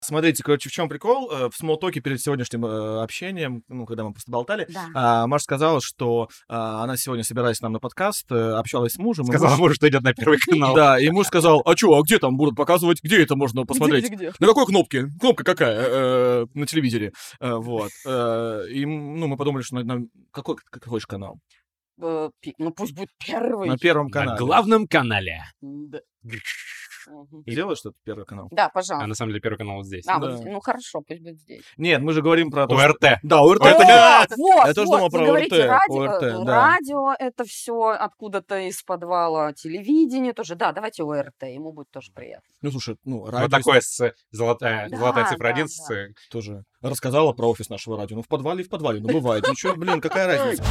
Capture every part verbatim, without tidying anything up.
Смотрите, короче, в чем прикол? Э, В смолтоке перед сегодняшним э, общением, ну, когда мы просто болтали, Да. а, Маша сказала, что а, она сегодня, собираясь к нам на подкаст, э, общалась с мужем. и Сказала муж- мужу, что идет на Первый канал. Да, и муж сказал, а чё, а где там будут показывать, где это можно посмотреть? Где, где? На какой кнопке? Кнопка какая э, на телевизоре? Э, Вот. Э, И ну, мы подумали, что на, на- какой, какой же канал? Э, пи- Ну пусть будет первый. На Первом На канале. главном канале. Да. Мгм. Сделай что-то Первый канал. Да, А пожалуйста. на самом деле Первый канал вот здесь. А, да. вот здесь. Ну хорошо, пусть будет здесь. Нет, мы же говорим про то, что- ОРТ. Да, ОРТ. Ой, это да. Вот, вот, Я тоже вот, думал вы про говорите ОРТ, радио, ОРТ, э, да. радио это все откуда-то из подвала, телевидение тоже. Да, давайте ОРТ, ему будет тоже приятно. Ну, слушай, ну, радио Вот такое с золотая, Да, золотая цифра да, один да. с... э, тоже рассказала про офис нашего радио. Ну, в подвале и в подвале, ну, бывает. Ну, чё, блин, какая разница?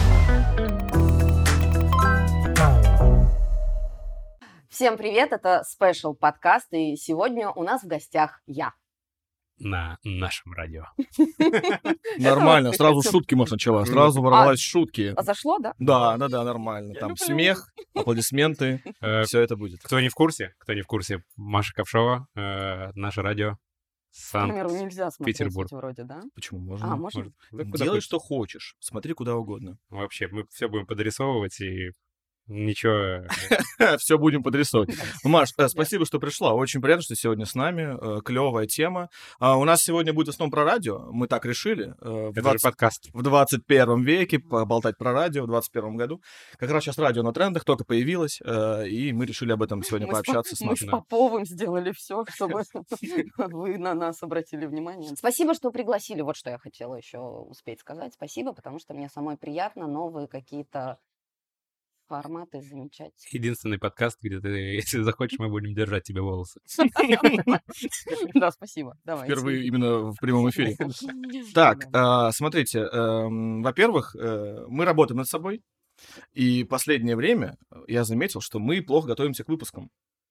Всем привет, это спешл подкаст, и сегодня у нас в гостях я. на нашем радио. Нормально, вот сразу всё. шутки, может, начала. Сразу ворвалась шутки. А зашло, да? Да, да, да, нормально. Там люблю. смех, аплодисменты, Э, все это будет. Кто не в курсе, кто не в курсе, Маша Ковшова, э, наше радио, Камеру нельзя смотреть Санкт-Петербург. ведь вроде, да? Почему А, можно? можно? Может, да куда Делай, хочешь. что хочешь. Смотри куда угодно. Вообще, мы все будем подрисовывать, и ничего... Все будем подрисовывать. Маш, э, спасибо, что пришла. Очень приятно, что ты сегодня с нами. Клевая тема. А, У нас сегодня будет в основном про радио. Мы так решили. э, В Это же 20 подкаст. в двадцать первом веке поболтать про радио в двадцать первом году. Как раз сейчас радио на трендах только появилось, э, и мы решили об этом сегодня Мы с По- пообщаться с Мы с Машей. Поповым сделали все, чтобы вы на нас обратили внимание. Спасибо, что пригласили. Вот что я хотела еще успеть сказать. Спасибо, потому что мне самой приятно новые какие-то форматы замечать. Единственный подкаст, где ты, если захочешь, мы будем держать тебе волосы. Да, спасибо. Давайте. Впервые именно в прямом эфире. Так, а, смотрите, эм, во-первых, э, мы работаем над собой, и последнее время я заметил, что мы плохо готовимся к выпускам.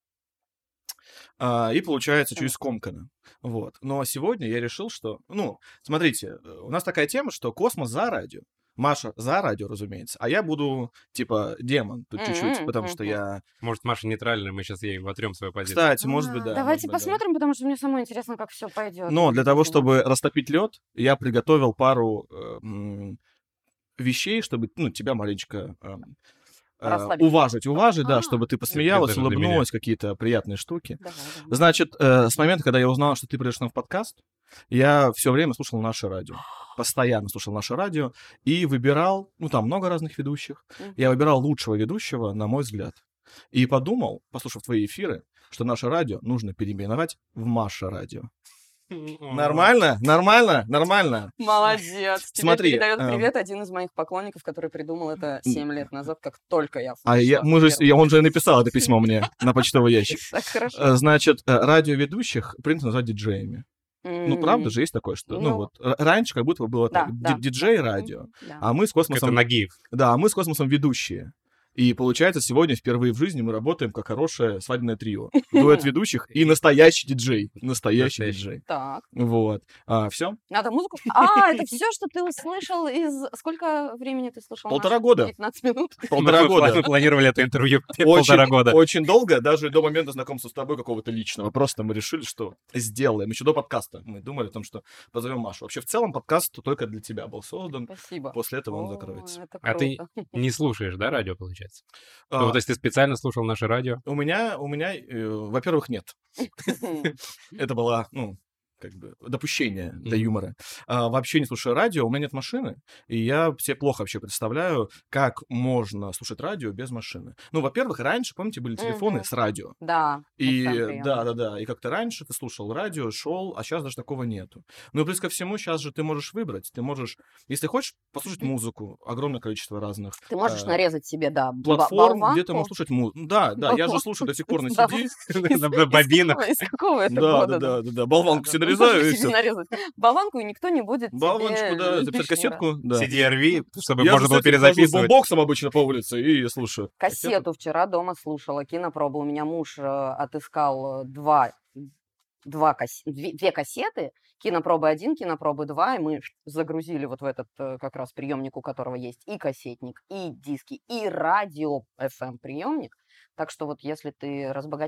А, И получается чуть скомканно. Вот. Но сегодня я решил, что... Ну, смотрите, э, у нас такая тема, что космос за радио. Маша за радио, разумеется, а я буду, типа, демон тут чуть-чуть, Мгм, потому что мгм. я... Может, Маша нейтральная, мы сейчас ей вотрем свою позицию. Кстати, может быть, А, да. Давайте может быть, да. посмотрим, потому что мне самой интересно, как все пойдет. Но для того, чтобы растопить лед, я приготовил пару э, м, вещей, чтобы, ну, тебя маленечко эм, э, Расслабить. уважить, уважить, да, А, чтобы ты посмеялась, даже для меня. улыбнулась, какие-то приятные штуки. Давай, давай. Значит, э, с момента, когда я узнал, что ты придешь к нам в подкаст, я все время слушал наше радио. Постоянно слушал наше радио и выбирал, ну, там много разных ведущих. Мгм. Я выбирал лучшего ведущего, на мой взгляд. И подумал, послушав твои эфиры, что наше радио нужно переименовать в Маша радио. Нормально? Нормально? Нормально? Молодец. Тебе Смотри, передает эм, привет один из моих поклонников, который придумал это семь лет назад, как только я А я, услышала мы же, первый я- он же написал это письмо мне на почтовый ящик. Так хорошо. Э, Значит, э, радиоведущих принято назвать диджеями. Ну, правда М, же есть такое, что... Ну, Ну, вот, р- раньше как будто бы было да, так. да, ди- Диджей да. радио, Мгм, да. а мы с Это космосом... Нагиев. Да, а мы с космосом ведущие. И получается, сегодня впервые в жизни мы работаем как хорошее свадебное трио. Дуэт ведущих и настоящий диджей. Настоящий Настоящий. диджей. Так, Вот. А, все? надо музыку. А, это все, что ты услышал из... Сколько времени ты слушал? Полтора наш? года. пятнадцать минут? Полтора мы, мы года. планировали это интервью полтора Очень, года. очень долго, даже до момента знакомства с тобой какого-то личного. Просто мы решили, что сделаем. Еще до подкаста мы думали о том, что позовем Машу. Вообще, в целом, подкаст только для тебя был создан. Спасибо. После этого он О, закроется. это А ты круто. не слушаешь, да, радио, получается? А, Ну, то есть ты специально слушал наше радио? у меня, у меня, э, во-первых, нет. Это было, ну, как бы допущение для Мгм. юмора. А, вообще не слушаю радио, у меня нет машины, и я себе плохо вообще представляю, как можно слушать радио без машины. Ну, во-первых, раньше, помните, были телефоны Мгм. с радио. Да. И эф эм-приёмник. да, да, да. И как-то раньше ты слушал радио, шел, а сейчас даже такого нету. Ну и плюс ко всему, сейчас же ты можешь выбрать. Ты можешь, если хочешь, послушать музыку, огромное количество разных Ты можешь э, нарезать себе, да, ба- платформ, где ты болванку. можешь слушать музыку. Да, да, я же Болванку. слушаю до сих пор на Да, си ди. Из- На из бобинах. какого- Из какого это Да, да, года? да, да, да. Болванку Да, все да. нарезаю, и Можешь себе все. нарезать болванку, и никто не будет Болваночку, тебе да, записать лишний раз. кассетку, да. си ди ар ви, чтобы Я можно же было с этим хожу, с перезаписывать. бомбоксом обычно по улице и слушаю. Кассету вчера дома слушала, кинопробу. У меня муж э, отыскал э, два, два касс- две, две кассеты, кинопробы один, кинопробы два, и мы загрузили вот в этот э, как раз приемник, у которого есть и кассетник, и диски, и радио эф эм приемник. Так что вот если ты разбогатеешь,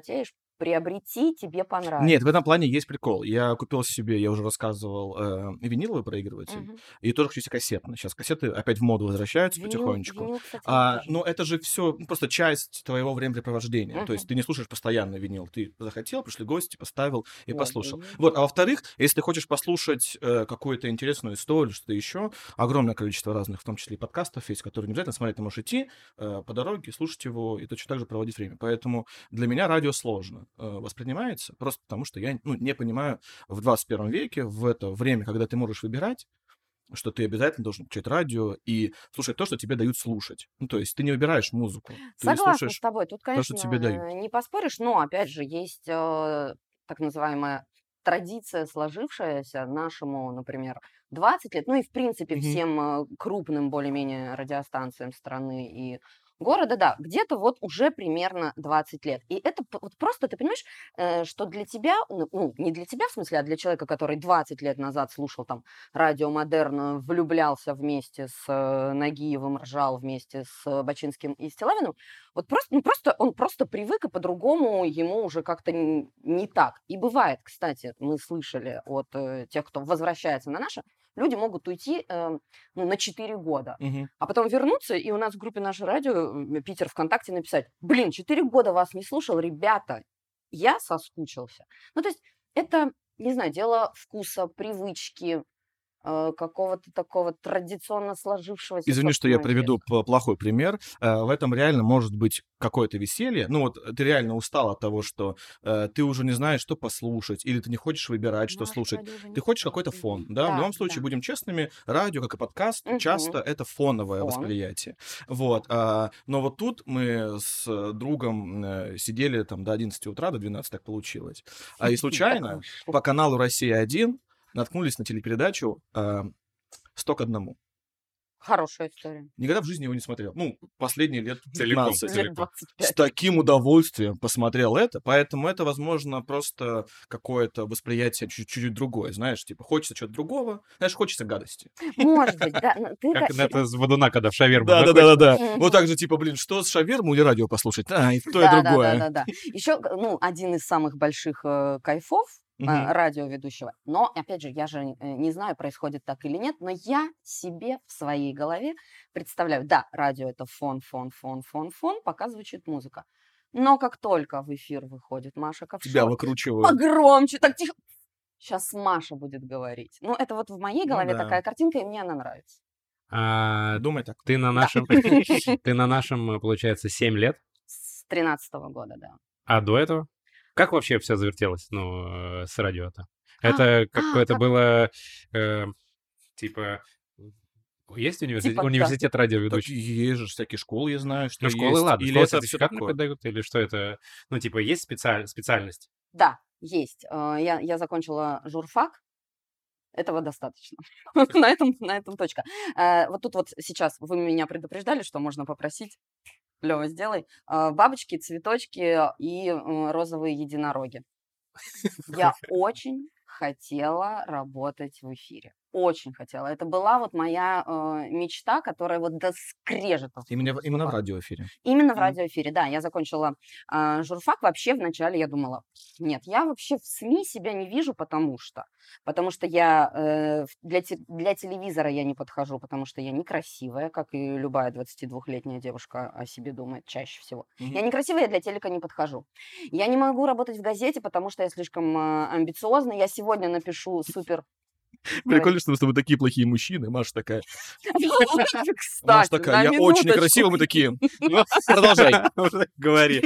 приобрети, тебе понравится. Нет, в этом плане есть прикол. Я купил себе, я уже рассказывал, э, виниловый проигрыватель, Мгм. и тоже хочу себе кассетный. Сейчас кассеты опять в моду возвращаются Винил, потихонечку. винил, кстати, А, тоже. но это же все просто часть твоего времяпрепровождения. То есть Мгм. ты не слушаешь постоянно винил. Ты захотел, пришли гости, поставил и Вот, послушал. видишь. Вот, а во-вторых, если ты хочешь послушать э, какую-то интересную историю, что-то еще, огромное количество разных, в том числе и подкастов есть, которые не обязательно смотреть, ты можешь идти э, по дороге, слушать его и точно так же проводить время. Поэтому для меня радио сложно э, воспринимается, просто потому что я ну, не понимаю в двадцать первом веке, в это время, когда ты можешь выбирать, что ты обязательно должен включать радио и слушать то, что тебе дают слушать. Ну, то есть ты не выбираешь музыку, ты Согласна с слушаешь тобой. Тут, то, что конечно, тебе дают. э, не поспоришь, но, опять же, есть э, так называемая традиция, сложившаяся нашему, например, двадцать лет, ну и, в принципе, Мгм. всем э, крупным более-менее радиостанциям страны и города, да, где-то вот уже примерно двадцать лет. И это п- вот просто, ты понимаешь, э, что для тебя, ну, ну, не для тебя в смысле, а для человека, который двадцать лет назад слушал там радио Модерн, влюблялся вместе с э, Нагиевым, ржал вместе с э, Бачинским и Стилавиным, вот просто, ну просто он просто привык, и по-другому ему уже как-то н- не так. И бывает, кстати, мы слышали от э, тех, кто возвращается на наше, люди могут уйти э, ну, на четыре года, Мгм. а потом вернуться и у нас в группе «Наше радио» м, Питер ВКонтакте написать: блин, четыре года вас не слушал, ребята, я соскучился. Ну, то есть это, не знаю, дело вкуса, привычки, э, какого-то такого традиционно сложившегося Извини, что я собственного приведу интереса. п- плохой пример. Э, В этом реально может быть какое-то веселье. Ну вот ты реально устал от того, что э, ты уже не знаешь, что послушать, или ты не хочешь выбирать, что Наше слушать. радио уже не Ты хочешь то. какой-то Мгм. фон, да? В Да, любом случае, да. будем честными, радио, как и подкаст, Мгм. часто это фоновое Фон. восприятие. Вот. а, Но вот тут мы с э, другом э, сидели там до одиннадцати утра, до двенадцати так получилось. А и Так случайно вышло. по каналу «Россия один» наткнулись на телепередачу э, «Сто к одному». Хорошая история. Никогда в жизни его не смотрел. Ну, последние лет Целиком, пятнадцать. Лет целиком. двадцать С пять. таким удовольствием посмотрел это, поэтому это, возможно, просто какое-то восприятие чуть-чуть другое, знаешь, типа хочется чего-то другого, знаешь, хочется гадости. Может быть, да. но Ты Как ка- это с Водуна, когда в шаверму Да, да, заходишь. да, да, да. Мгм. Вот так же, типа, блин, что с шаверму или радио послушать? А, и то, и Да, да, да, другое. да, да. Еще, ну, один из самых больших э, кайфов э, Мгм. радиоведущего. Но, опять же, я же э, не знаю, происходит так или нет, но я себе в своей голове представляю, да, радио это фон, фон, фон, фон, фон, пока звучит музыка. Но как только в эфир выходит Маша Тебя Ковшова, выкручивают. погромче, так тихо. Сейчас Маша будет говорить. Ну, это вот в моей Ну голове да. такая картинка, и мне она нравится. А, Думай так. Ты на Да. нашем, ты на нашем, э, получается, семь лет, С тринадцатого года, да. а до этого? Как вообще все завертелось, ну, э, с радио-то? А, Это а, какое-то как? было, э, типа, есть университет, Типа, да. университет Так радиоведущих? есть же всякие школы, я знаю, что Ну, школы, есть. ладно, Или школы это все сертификат такое? преподают, или что это? Ну, типа, есть специаль- специальность? Да, есть. Э, Я, я закончила журфак. Этого достаточно. На этом, на этом точка. Э, Вот тут вот сейчас вы меня предупреждали, что можно попросить. Лёва, сделай. Э, Бабочки, цветочки и э, розовые единороги. Я очень хотела работать в эфире. Очень хотела. Это была вот моя э, мечта, которая вот до скрежета в Именно, в- именно в зубах. радиоэфире. Именно в Мгм. радиоэфире, да. Я закончила а, журфак. Вообще вначале я думала, нет, я вообще в СМИ себя не вижу, потому что. Потому что я э, в- для, те- для телевизора я не подхожу, потому что я некрасивая, как и любая двадцатидвухлетняя девушка о себе думает чаще всего. Я Мгм. некрасивая, я для телека не подхожу. Я не могу работать в газете, потому что я слишком э, амбициозна. Я сегодня напишу супер... Прикольно, что мы с тобой такие плохие мужчины. Маша такая. Маша Кстати, такая, на я очень минуточку. некрасива. Мы такие, «Ну, продолжай. Уже говори.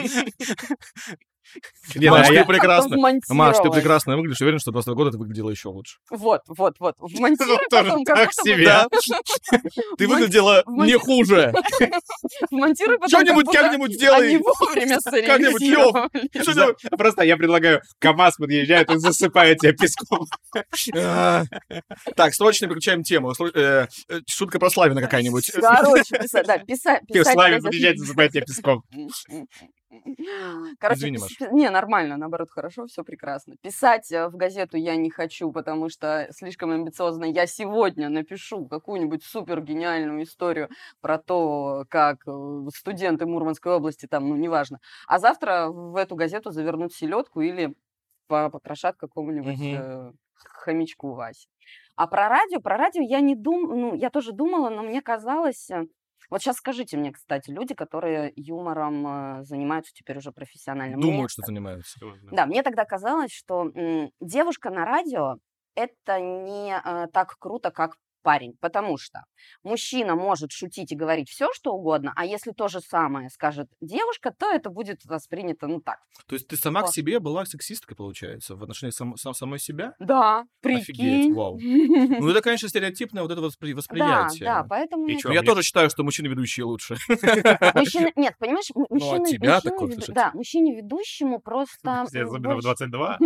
Не, Маш, да, ты я- прекрасно. Маш, ты Вмонтировать. прекрасно выглядишь. Уверен, что двадцатого года ты выглядела еще лучше. Вот, вот, вот. Вмонтируй Тоже потом, как так будто бы, себе. да. Ты Вмон- выглядела вмон- не хуже. Вмонтируй потом, Что-нибудь как будто как-нибудь они сделай. вовремя Как-нибудь, Лёв. соревновались. Что-нибудь. За- Просто я предлагаю, КамАЗ подъезжает и засыпает тебя песком. А, Так, срочно переключаем тему. Сро- э, э, Шутка про Славина какая-нибудь. Короче, писать, да, писать, писать. Славик лезет. подъезжает и засыпает тебя песком. Короче, Извини, пис- Маш. пи- не, нормально, наоборот, хорошо, все прекрасно. Писать э, в газету я не хочу, потому что слишком амбициозно. Я сегодня напишу какую-нибудь супер гениальную историю про то, как э, студенты Мурманской области, там, ну, неважно. А завтра в эту газету завернут селедку или по- потрошат какому-нибудь Мгм. э, хомячку Васе. А про радио, про радио я не дум, ну, я тоже думала, но мне казалось, э, вот сейчас скажите мне, кстати, люди, которые юмором э, занимаются теперь уже профессионально. Мне, Думают, что занимаются. Всё, да. да, мне тогда казалось, что м, девушка на радио это не э, так круто, как парень, потому что мужчина может шутить и говорить все, что угодно, а если то же самое скажет девушка, то это будет воспринято, ну так. То есть ты сама к Классно. себе была сексисткой, получается, в отношении сам- сам- самой себя? Да, Офигеть, прикинь. вау. Ну, это, конечно, стереотипное вот это воспри- Да, восприятие. да, поэтому И я чё, Но я мне- тоже считаю, что мужчины-ведущие лучше. Мужчина, нет, понимаешь, м- Ну, от мужчина, тебя мужчина такое веду- слышать. да, мужчине ведущему просто Особенно в больше- двадцать два.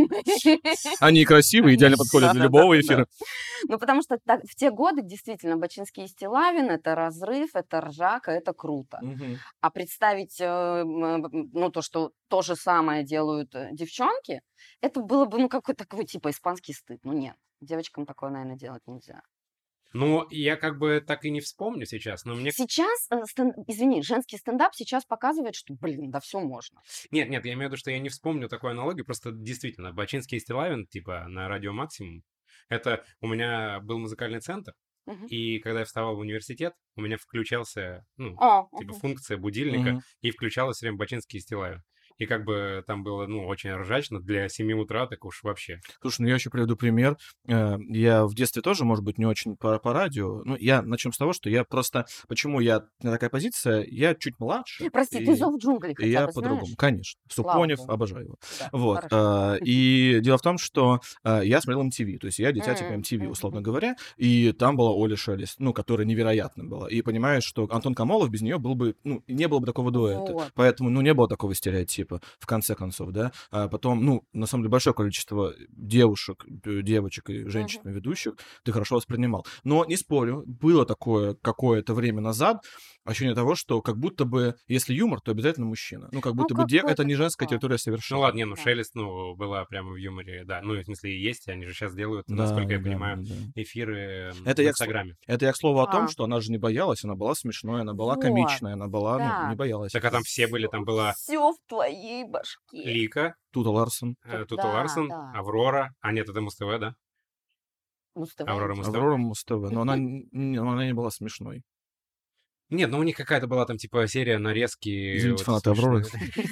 Они красивые, идеально подходят для Да, любого да, да. эфира. Ну, потому что так- в те годы действительно Бачинский и Стилавин — это разрыв, это ржака, это круто. Мгм. А представить, э, м, м, ну, то, что то же самое делают э, девчонки, это было бы, ну, какой-то такой, типа, испанский стыд. Ну, нет, девочкам такое, наверное, делать нельзя. Ну, я как бы так и не вспомню сейчас, но мне... Сейчас, э, стен- извини, женский стендап сейчас показывает, что, блин, да все можно. Нет, нет, я имею в виду, что я не вспомню такой аналогии, просто действительно, Бачинский и Стилавин, типа, на Радио Максимум, это у меня был музыкальный центр, Мгм. и когда я вставал в университет, у меня включался, ну, А, типа, мгм. функция будильника, Мгм. и включалось все время Бачинский и Стилавин. И как бы там было, ну, очень ржачно для семи утра, так уж вообще. Слушай, ну я еще приведу пример. Э, Я в детстве тоже, может быть, не очень по, по радио. Ну, я начнем с того, что я просто... Почему я у меня такая позиция? Я чуть младше. Прости, и- ты «Зов джунглей» и хотя я бы по-другому. знаешь? Конечно. Слава Супонев, богу. обожаю его. Да, Вот. хорошо. а, И дело в том, что а, я смотрел эм ти ви. То есть я дитя типа М, эм ти ви, мгм, условно мгм. говоря. И там была Оля Шелест, ну, которая невероятна была. И понимаешь, что Антон Камолов без нее был бы... Ну, не было бы такого дуэта. Вот. Поэтому, ну, не было такого стереотипа, в конце концов, да. А потом, ну, на самом деле, большое количество девушек, э, девочек и женщин ведущих ты хорошо воспринимал. Но, не спорю, было такое какое-то время назад ощущение того, что как будто бы, если юмор, то обязательно мужчина. Ну, как будто бы де- это какое-то не женская такое. территория Ну совершенно. ладно, не, ну Да. Шелест, ну, была прямо в юморе, да. Ну, в смысле, и есть, они же сейчас делают, Да, насколько я да, понимаю, да, да. эфиры м, Это в я, к сло- Инстаграме. это я к слову о том, А. что она же не боялась, она была смешной, она была Вот, комичная, она была, ну, да. не боялась. Так а там все были, там была Все в твоей башке. Лика, Тута Ларсон. э, Тут- Тута да, Ларсон, да. Аврора. А нет, это Муз-ТВ, да? Муз-ТВ. Аврора Муз-ТВ. Аврора Муз-ТВ. Но она, н- не- она не была смешной. Нет, ну у них какая-то была там типа серия нарезки. Извините, фанаты Авроры.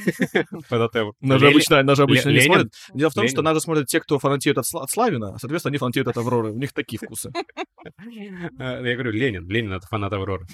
Фанаты. Нас же Лели- обычно, нас же обычно не Ленин? смотрят. Дело в том, что Ленин? нас же смотрят те, кто фанатеют от, Сла- от Славина, а, соответственно, они фанатеют от Авроры. У них такие вкусы. Э, Я говорю, Ленин. Ленин — это фанат Авроры.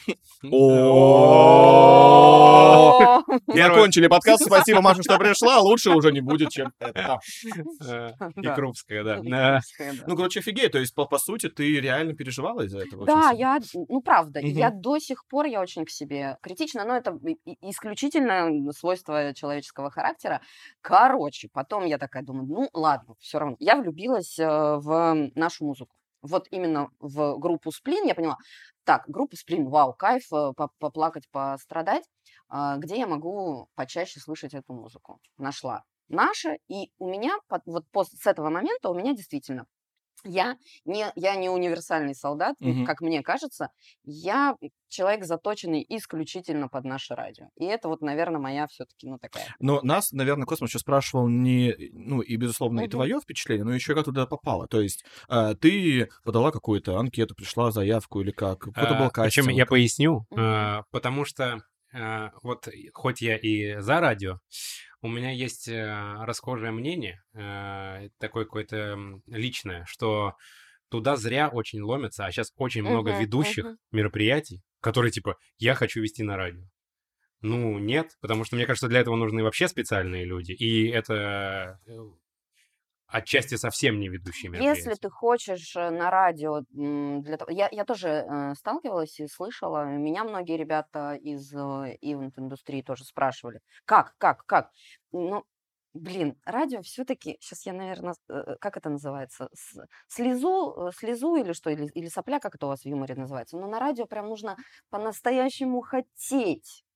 О, Первое- Закончили подкаст. Спасибо, Маша, что пришла. Лучше уже не будет, чем это. Э, И Да. Крупская, да. Э, Крупская, да. Ну, короче, офигеть. То есть, по, по сути, ты реально переживала из-за этого? Да, очень сильно? я, ну правда, Мгм. я до сих пор я очень к себе критична, но это и- и- исключительно свойство человеческого характера. Короче, потом я такая думаю, ну ладно, все равно. Я влюбилась э, в нашу музыку. Вот именно в группу Сплин я поняла, так, группа Сплин, вау, кайф, э, по- поплакать, пострадать, а, где я могу почаще слышать эту музыку. Нашла наша, и у меня под- вот пос- с этого момента у меня действительно я не, я не универсальный солдат, м, Мгм. как мне кажется. Я человек, заточенный исключительно под наше радио. И это вот, наверное, моя все-таки, ну, такая. Но нас, наверное, Космос сейчас спрашивал не, ну, и, безусловно, и Мгм. твое впечатление, но еще как туда попало. То есть а, ты подала какую-то анкету, пришла заявку или как? Какой-то был А, Причем кастинг? я поясню, Мгм. а, потому что а, вот хоть я и за радио, у меня есть э, расхожее мнение, э, такое какое-то м, личное, что туда зря очень ломятся, а сейчас очень много Мгм, ведущих мгм. мероприятий, которые типа «я хочу вести на радио». Ну, нет, потому что мне кажется, для этого нужны вообще специальные люди, и это э, отчасти совсем не ведущие мероприятия. Если ты хочешь э, на радио, м, для того... я, я тоже э, сталкивалась и слышала, меня многие ребята из э, ивент-индустрии тоже спрашивали, как, как, как? Ну, блин, радио все-таки, сейчас я, наверное, как это называется, С- слезу, э, слезу или что, или, или сопля, как это у вас в юморе называется, но на радио прям нужно по-настоящему хотеть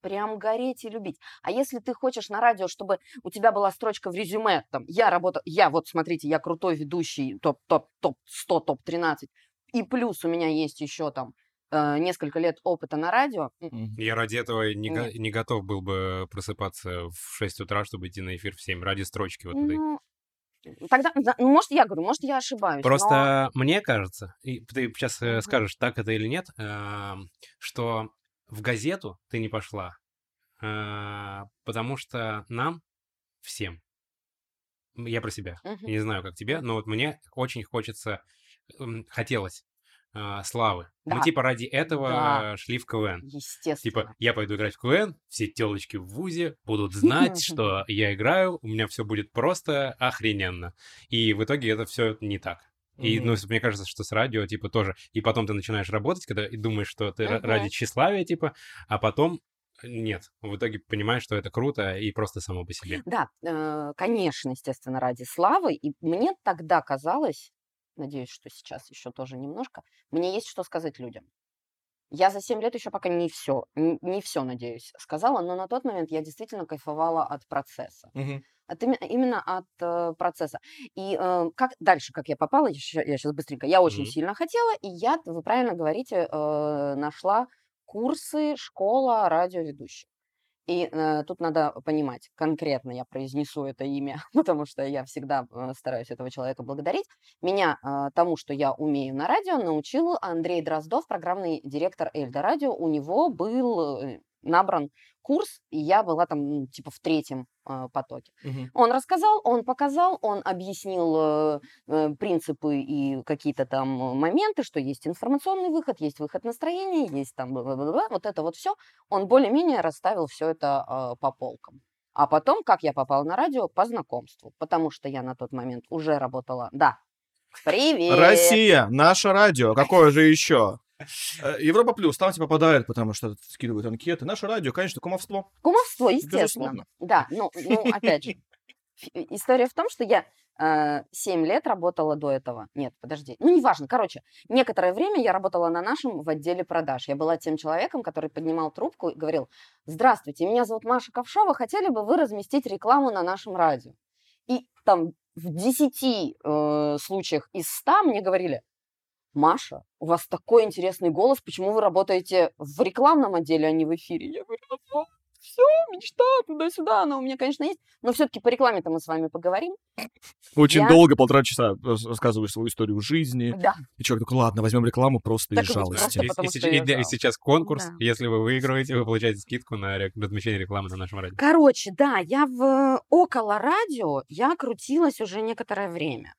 прям гореть и любить. А если ты хочешь на радио, чтобы у тебя была строчка в резюме, там, я работаю, я, вот смотрите, я крутой ведущий, топ, топ, топ сто, топ тринадцать, и плюс у меня есть еще там э, несколько лет опыта на радио. м, Я ради этого не, го- Нет. не готов был бы просыпаться в шесть утра, чтобы идти на эфир в семь, ради строчки вот этой. Ну, тогда, да, ну, может, я говорю, может, я ошибаюсь, но... Просто мне кажется, и ты сейчас Мгм. скажешь, так это или нет, эм, что в газету ты не пошла, э, потому что нам всем, м, я про себя, Мгм. не знаю, как тебе, но Мгм. вот мне очень хочется, м, хотелось а, славы. Мы Да, типа ради да, этого шли в КВН. Типа, естественно. я пойду играть в КВН, все телочки в ВУЗе будут знать, что я играю, у меня все будет просто охрененно. И в итоге это все не так. И, ну, Мгм. с- мне кажется, что с радио, типа, тоже. И потом ты начинаешь работать, когда и думаешь, что ты ра- ради Мгм. тщеславия, типа, а потом нет. В итоге понимаешь, что это круто и просто само по себе. Да, э, конечно, естественно, ради славы. И мне тогда казалось, надеюсь, что сейчас еще тоже немножко, мне есть что сказать людям. Я за семь лет еще пока не все, не все, надеюсь, сказала, но на тот момент я действительно кайфовала от процесса. Мгм. От име- именно от э, процесса. И э, как дальше, как я попала, я сейчас быстренько, я очень Мгм. сильно хотела, и я, вы правильно говорите, э, нашла курсы школа радиоведущих. И э, тут надо понимать, конкретно я произнесу это имя, потому что я всегда э, стараюсь этого человека благодарить. Меня э, тому, что я умею на радио, научил Андрей Дроздов, программный директор Эльдо Радио. У него был э, набран курс, и я была там ну, типа в третьем э, потоке. Мгм. Он рассказал, он показал, он объяснил э, э, принципы и какие-то там моменты, что есть информационный выход, есть выход настроения, есть там бла-бла-бла, вот это вот все. Он более-менее расставил все это а, по полкам. А потом, как я попала на радио, по знакомству, потому что я на тот момент уже работала. Да, привет! Россия, наше радио, какое же еще? Э, Европа плюс, там тебе попадают, потому что скидывают анкеты. Наше радио, конечно, кумовство. Кумовство, естественно. Безусловно. Да, ну, ну опять же, фи- история в том, что я э, семь лет работала до этого. Нет, подожди. Ну, неважно. Короче, некоторое время я работала на нашем в отделе продаж. Я была тем человеком, который поднимал трубку и говорил: «Здравствуйте, меня зовут Маша Ковшова. Хотели бы вы разместить рекламу на нашем радио?» И там в десяти э, случаях из ста мне говорили: «Маша, у вас такой интересный голос, почему вы работаете в рекламном отделе, а не в эфире?» Я говорю: «Ну, все, мечта туда-сюда, она у меня, конечно, есть, но все-таки по рекламе-то мы с вами поговорим». Очень Я, долго, полтора часа рас- рассказываешь свою историю жизни. да, И человек такой, ладно, возьмем рекламу просто из так и быть, просто жалости. И, и потому сеч- что и я да, и жал. сейчас конкурс. Да. Если вы выигрываете, вы получаете скидку на рек- размещение рекламы на нашем радио. Короче, да, я в около радио, я крутилась уже некоторое время.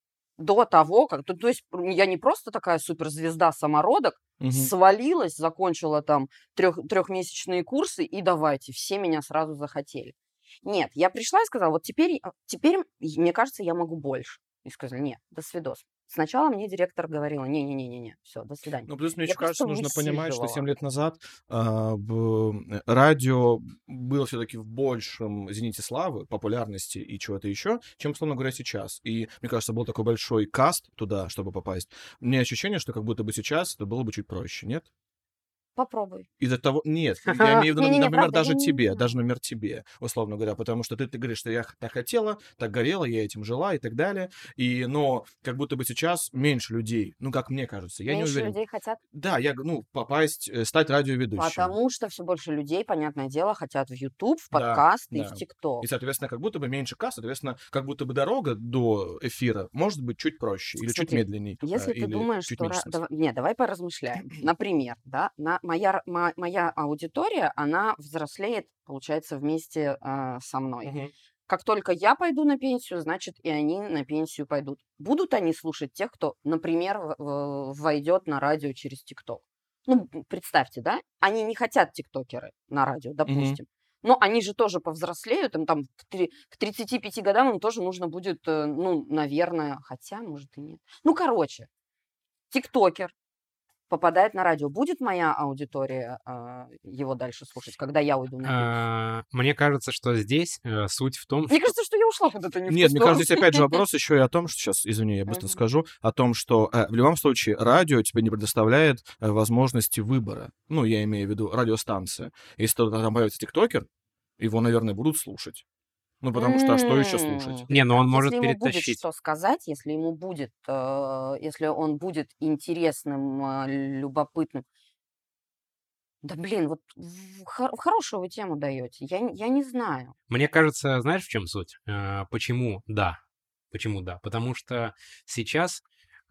До того, как... То, то есть м, я не просто такая суперзвезда самородок, Мгм. свалилась, закончила там трех, трехмесячные курсы, и давайте, все меня сразу захотели. Нет, я пришла и сказала: вот теперь, а, теперь, и мне кажется, я могу больше. И сказали: нет, до свидос. Сначала мне директор говорила: не-не-не-не, все, до свидания. Ну, плюс, мне Я еще просто кажется, нужно понимать, что семь высиживала. лет назад а, б- э, радио было все-таки в большем зените славы, популярности и чего-то еще, чем, условно говоря, сейчас. И, мне кажется, был такой большой каст туда, чтобы попасть. У меня ощущение, что как будто бы сейчас это было бы чуть проще, нет? Попробуй. Из-за того... Нет, я имею в виду, Не-не-не, например, правда, я даже не тебе, знаю. даже, например, тебе, условно говоря, потому что ты, ты говоришь, что я х- так хотела, так горела, я этим жила и так далее, и, но как будто бы сейчас меньше людей, ну, как мне кажется, я не Меньше уверен. людей хотят. Да, я, г- ну, попасть, э, стать радиоведущим. Потому что все больше людей, понятное дело, хотят в YouTube, в Да, подкасты и в да. ТикТок. И, соответственно, как будто бы меньше касс, соответственно, как будто бы дорога до эфира может быть чуть проще или чуть Смотри, медленней, э, если ты или думаешь, чуть что... меньше ра- смысла. дава- Не, давай поразмышляем. Например, да, на... моя, р- мо- моя аудитория, она взрослеет, получается, вместе а, со мной. Мгм. Как только я пойду на пенсию, значит, и они на пенсию пойдут. Будут они слушать тех, кто, например, в- в- войдет на радио через ТикТок? Ну, м, представьте, да? Они не хотят тиктокеры на радио, Мгм. допустим. Но они же тоже повзрослеют, им там к, три- к тридцати пяти годам им тоже нужно будет, э, ну, наверное, хотя, может и нет. Ну, короче, тиктокер попадает на радио. Будет моя аудитория а, его дальше слушать, когда я уйду на пенсию? А, Мне кажется, что здесь э, суть в том, Мне что... кажется, что я ушла куда-то не в ту Нет, мне сторону. кажется, здесь опять же вопрос еще и о том, что сейчас, извини, я быстро Мгм. скажу, о том, что э, в любом случае радио тебе не предоставляет э, возможности выбора. Ну, я имею в виду радиостанция. Если то- там появится тиктокер, его, наверное, будут слушать. Ну, потому что, а что еще слушать? М, Не, но он Если может ему будет перетащить. что сказать, если ему будет, э, если он будет интересным, а, любопытным. Да блин, вот в хо- в хорошую вы тему даете. Я, н- я не знаю. Мне кажется, знаешь, в чем суть? Э, Почему да? Почему да? Потому что сейчас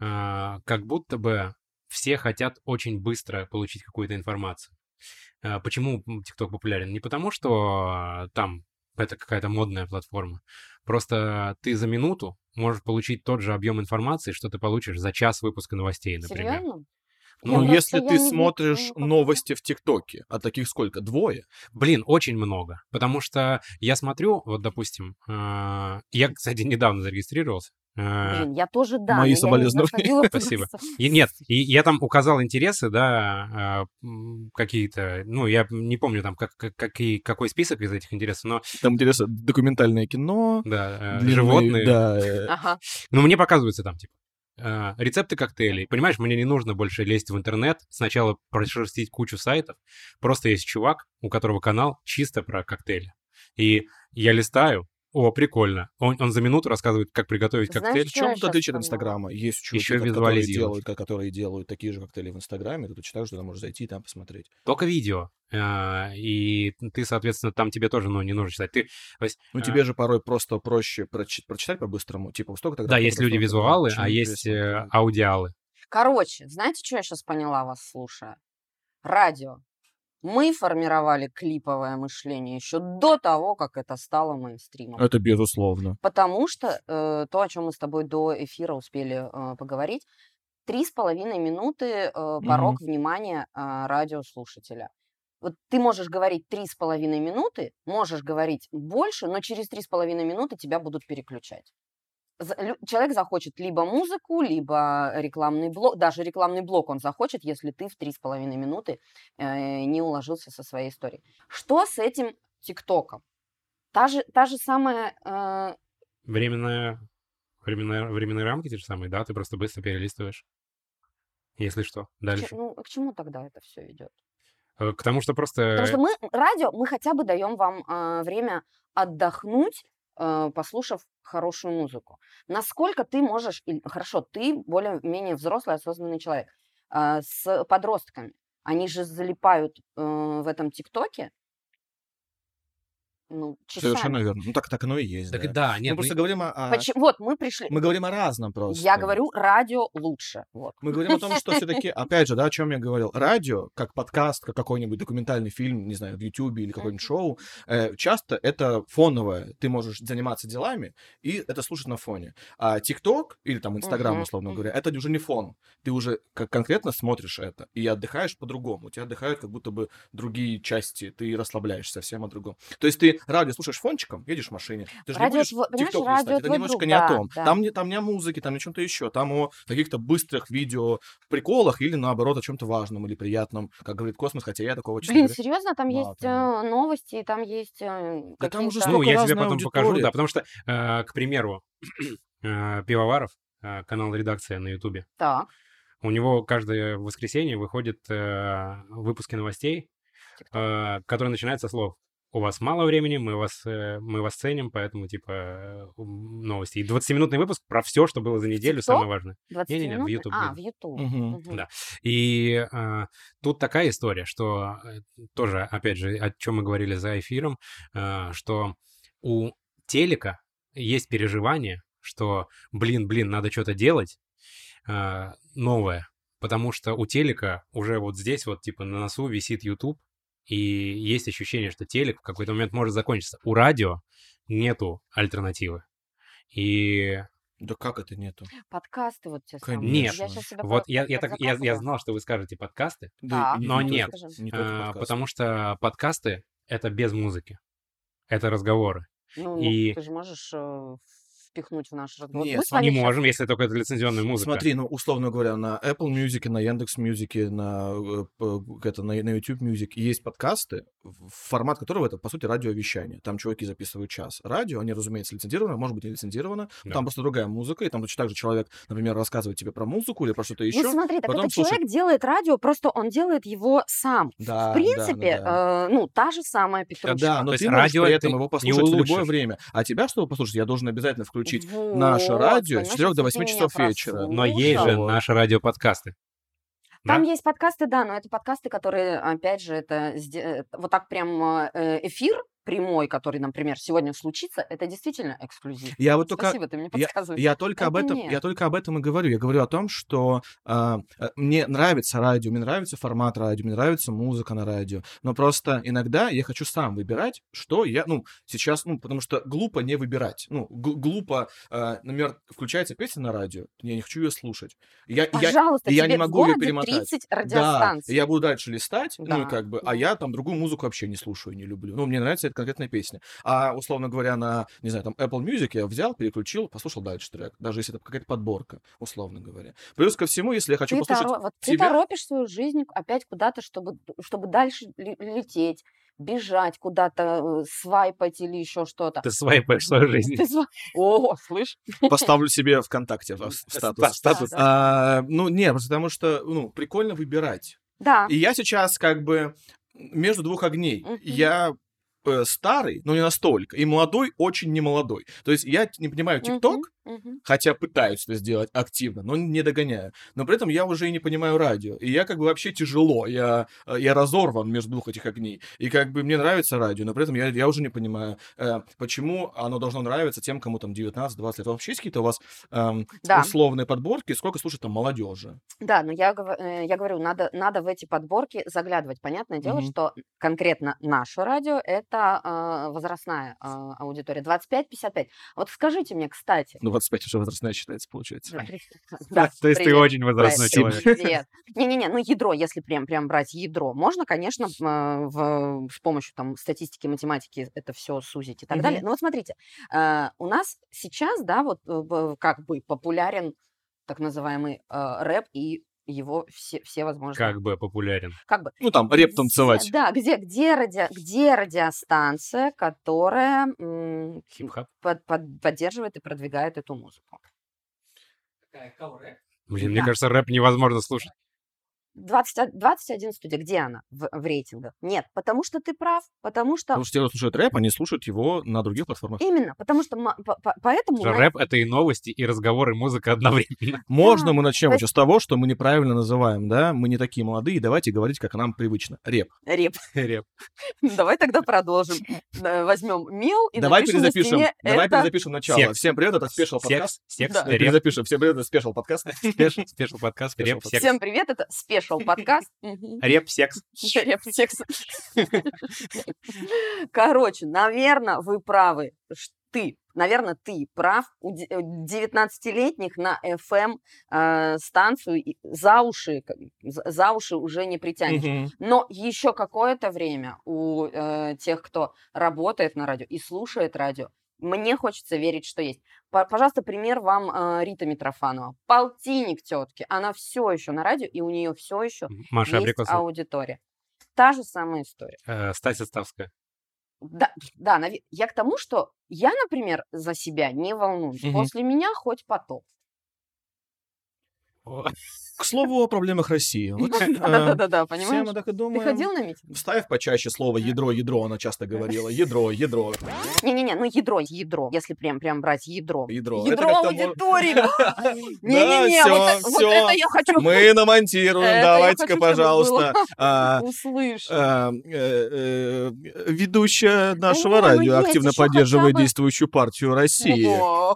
э, как будто бы все хотят очень быстро получить какую-то информацию. Э, Почему м, TikTok популярен? Не потому, что э, там это какая-то модная платформа. Просто ты за минуту можешь получить тот же объем информации, что ты получишь за час выпуска новостей, например. Серьезно? Ну, Я Ну, просто если я ты не вникла смотришь никак. новости в ТикТоке, а таких сколько? Двое? Блин, очень много. Потому что я смотрю, вот, допустим, э, я, кстати, недавно зарегистрировался. э, Блин, я тоже да, Мои но я не соболезнования. заходила туда. Спасибо. с- И нет, с- и я там указал интересы, да, а, м, какие-то, ну, я не помню там, как, как- какие, какой список из этих интересов, но, Там интересно документальное кино, да, э, длинные, животные. да, э, Ага. Ну, мне показываются там, типа, э, рецепты коктейлей. Понимаешь, мне не нужно больше лезть в интернет, сначала прошерстить кучу сайтов. Просто есть чувак, у которого канал чисто про коктейли. И я листаю, о, прикольно. Он, он за минуту рассказывает, как приготовить Знаешь, коктейль. В что я чем тут сейчас отличие от поняла? Инстаграма? Есть Еще чуваки, ко- которые визуализируешь. делают, ко- которые делают такие же коктейли в Инстаграме, ты тут читаешь, что ты можешь зайти и там посмотреть. Только видео. А, И ты, соответственно, там тебе тоже, ну, не нужно читать. Ты, то есть, Ну, а, тебе же порой просто проще прочи- прочитать по-быстрому, типа, столько тогда да, есть люди-визуалы, а есть э, аудиалы. Короче, знаете, что я сейчас поняла вас, слушая? Радио. Мы формировали клиповое мышление еще до того, как это стало мейнстримом. Это безусловно. Потому что э, то, о чем мы с тобой до эфира успели э, поговорить, три с половиной минуты э, порог внимания э, радиослушателя. Вот ты можешь говорить три с половиной минуты, можешь говорить больше, но через три с половиной минуты тебя будут переключать. За- лю- Человек захочет либо музыку, либо рекламный блок. Даже рекламный блок он захочет, если ты в три с половиной минуты э, не уложился со своей историей. Что с этим ТикТоком? Та же, та же самая... э, Временная, временная, временные рамки те же самые, да? Ты просто быстро перелистываешь. Если что, к че- дальше. ну, к чему тогда это все идет? Э, К тому, что Потому что просто... мы, радио, мы хотя бы даем вам а, время отдохнуть, а, послушав хорошую музыку. Насколько ты можешь, или- хорошо, ты более-менее взрослый, осознанный человек, а, с подростками. Они же залипают э, в этом ТикТоке, ну, Совершенно часами. верно. Ну, так, так оно и есть, Так, да. да, Мы нет, ну, просто говорим о... о- Почему? Вот, мы пришли... Мы говорим о разном просто. Я говорю, радио лучше. Вот. Мы говорим о том, что все-таки, опять же, да, о чем я говорил, радио, как подкаст, как какой-нибудь документальный фильм, не знаю, в Ютубе или какое-нибудь Мгм. шоу, э, часто это фоновое. Ты можешь заниматься делами и это слушать на фоне. А ТикТок или там Инстаграм, Мгм, условно мгм. говоря, это уже не фон. Ты уже как конкретно смотришь это и отдыхаешь по-другому. У тебя отдыхают как будто бы другие части, ты расслабляешься совсем о другом. То есть ты радио слушаешь фончиком, едешь в машине, ты же не Радио будешь тво- понимаешь, ТикТок радио листать, это твой немножечко друг, не о да, том. да. Там не, там не о музыке, там не о чем-то еще, там о каких-то быстрых видео приколах или, наоборот, о чем-то важном или приятном, как говорит Космос, хотя я такого, честно Блин, говоря, серьезно, там мало есть понимаю. э, новости, и там есть э, Да там уже какие-то... ну, столько я тебе разная потом покажу, аудитория. да, потому что, э, к примеру, э, Пивоваров, э, канал «Редакция» на Ютубе, Так, у него каждое воскресенье выходят э, выпуски новостей, ТикТок. э, которые начинаются со слов: «У вас мало времени, мы вас, э, мы вас ценим, поэтому, типа, э, м, новости». И двадцатиминутный выпуск про все, что было за неделю, ТикТок? самое важное. двадцать Не-не-не, в минут? YouTube. А, видео. в YouTube. Мгм. Мгм. Да. И э, тут такая история, что э, тоже, опять же, о чем мы говорили за эфиром, э, что у телека есть переживание, что, блин, блин, надо что-то делать э, новое, потому что у телека уже вот здесь вот типа на носу висит YouTube, и есть ощущение, что телек в какой-то момент может закончиться. У радио нету альтернативы. И Да как это нету? Подкасты вот те самые. нет, Я сейчас себя вот по- я, я, так, я, я закапываю. знал, что вы скажете подкасты, Да, Так, и не, но не нет, только, скажи. не только а, подкасты. потому что подкасты — это без музыки, это разговоры. Ну, ну, И ты же можешь э, в впихнуть в наш разговор? Нет, Мы с смотри, вами Не щас... можем, если только это лицензионная музыка. Смотри, ну, условно говоря, на Apple Music, на Яндекс.Мьюзике, на, э, п- это, на, на YouTube Music есть подкасты, в- формат которого это, по сути, радиовещание. Там чуваки записывают час. Радио, они, разумеется, лицензированы, может быть, не лицензировано. Да. Там просто другая музыка, и там точно так же человек, например, рассказывает тебе про музыку или про что-то Ну еще. смотри, так Потом этот слушай. человек делает радио, просто он делает его сам. В Да, да, да, принципе, да. э, ну, та же самая А, Да, Петрушка. но То есть ты можешь радио при ты этом его не послушать в любое улучшишь. время. А тебя, чтобы послушать, я должен обязательно включить наше Вот, радио с понимаешь, четырёх до если ты восьми меня часов вечера. Но есть же прослушал, Вот. наши радиоподкасты. там Да? есть подкасты, да, но это подкасты, которые, опять же, это сде- вот так прям э, эфир прямой, который, например, сегодня случится, это действительно эксклюзив. Я вот только Спасибо, ты мне я, подсказываешь. я только об Это этом, я нет. только об этом и говорю. Я говорю о том, что а, э, мне нравится радио, мне нравится формат радио, мне нравится музыка на радио. Но просто иногда я хочу сам выбирать, что я, ну, сейчас, ну, потому что глупо не выбирать. Ну, г- глупо, э, например, включается песня на радио, я не хочу ее слушать. Я, и я, Пожалуйста, и я не тебе в могу ее городе перемотать. тридцать Да, и радиостанций. я буду дальше листать, ну, и Да, как бы, а ну. я там другую музыку вообще не слушаю, не люблю. Ну, мне нравится эта конкретная песня. А, условно говоря, на, не знаю, там, Apple Music я взял, переключил, послушал дальше трек, даже если это какая-то подборка, условно говоря. Плюс ко всему, если я хочу Ты, послушать торо- вот ты тебя, торопишь свою жизнь опять куда-то, чтобы, чтобы дальше ле- лететь, бежать куда-то, э, свайпать или еще что-то. Ты свайпаешь свою жизнь. Ты сва- О, слышь? поставлю себе ВКонтакте в, в статус. Ста- Статус. Да, А, ну, нет, просто потому что, ну, прикольно выбирать. Да. И я сейчас как бы между двух огней. Мгм. Я э, старый, но не настолько, и молодой очень не молодой. То есть я не понимаю ТикТок, Мгм, мгм. хотя пытаюсь это сделать активно, но не догоняю. Но при этом я уже и не понимаю радио. И я как бы вообще тяжело. Я, э, я разорван между двух этих огней. И как бы мне нравится радио, но при этом я, я уже не понимаю, э, почему оно должно нравиться тем, кому там девятнадцать-двадцать лет. Вообще есть какие-то у вас эм, Да. условные подборки, сколько слушает там молодежи? Да, но я, гов- э, я говорю, надо, надо в эти подборки заглядывать. Понятное дело, Мгм. что конкретно наше радио– это э, возрастная э, аудитория, двадцать пять пятьдесят пять. Вот скажите мне, кстати, Ну, двадцать пять уже возрастная считается, получается. да, тридцать. Да, То есть ты привет. очень возрастной Спасибо. человек. Привет. Не-не-не, ну ядро, если прям, прям брать ядро, можно, конечно, э, в- с помощью там статистики, математики это все сузить и так далее. Мгм. Но вот смотрите, э, у нас сейчас, да, вот э, б- как бы популярен так называемый э, рэп и его все, все возможные... Как бы популярен. Как бы... Ну, там, рэп Где, танцевать. да, где, где, радио, где радиостанция, которая м, Хип-хап. под- под- поддерживает и продвигает эту музыку? Блин, мне Да. кажется, рэп невозможно слушать. двадцать, о- двадцать один студия, где она в, в рейтингах? Нет, потому что ты прав, потому что... Потому что те, кто слушает рэп, они слушают его на других платформах. Именно, потому что ма- по- по- поэтому... на- Рэп — это и новости, и разговоры, и музыка одновременно. Можно Да, мы начнем то есть- еще с того, что мы неправильно называем, да? Мы не такие молодые, давайте говорить, как нам привычно. Рэп. Реп. Рэп. Давай тогда продолжим. Э, Возьмем мел и Давай напишем на перезапишем. стене Давай это... перезапишем начало. Секс. Всем привет, это спешл подкаст. Секс, секс, Да. рэп, Перезапишем. Всем привет, это спешл подкаст. спеш- спешл подкаст, Спешл рэп, подкаст. секс. Всем привет, это спешл подкаст. Мгм. Рэп, секс. Реп, секс. Короче, наверное, вы правы. Ш- Ты, наверное, ты прав. У де- э, девятнадцатилетних на эф эм э, станцию и за уши, как- за за уши уже не притянешь. Мгм. Но еще какое-то время у э, тех, кто работает на радио и слушает радио, мне хочется верить, что есть. По- Пожалуйста, пример вам э, Рита Митрофанова. Полтинник тетки. Она все еще на радио, и у нее все еще Маша есть Абрикосова. аудитория. Та же самая история. Э, Стася Ставская. Да, да, наве- я к тому, что я, например, за себя не волнуюсь. Мгм. После меня хоть потоп. О, К слову о проблемах России. Вот, э, Да-да-да, все понимаешь? мы так и Ты думаем. ходил на митинг? Вставь почаще слово ядро, ядро, она часто говорила. Ядро, ядро, Не-не-не, ну ядро, ядро, если прям, прям брать ядро. ядро. Это Ядро как-то аудитории. Да, Не-не-не, вот всё, это- вот всё. это я хочу Мы намонтируем, Это я давайте-ка, хочу, чтобы пожалуйста. А, услышать. а, э, э, Ведущая нашего не, ну радио есть активно ещё поддерживает хотя бы- действующую партию России. О.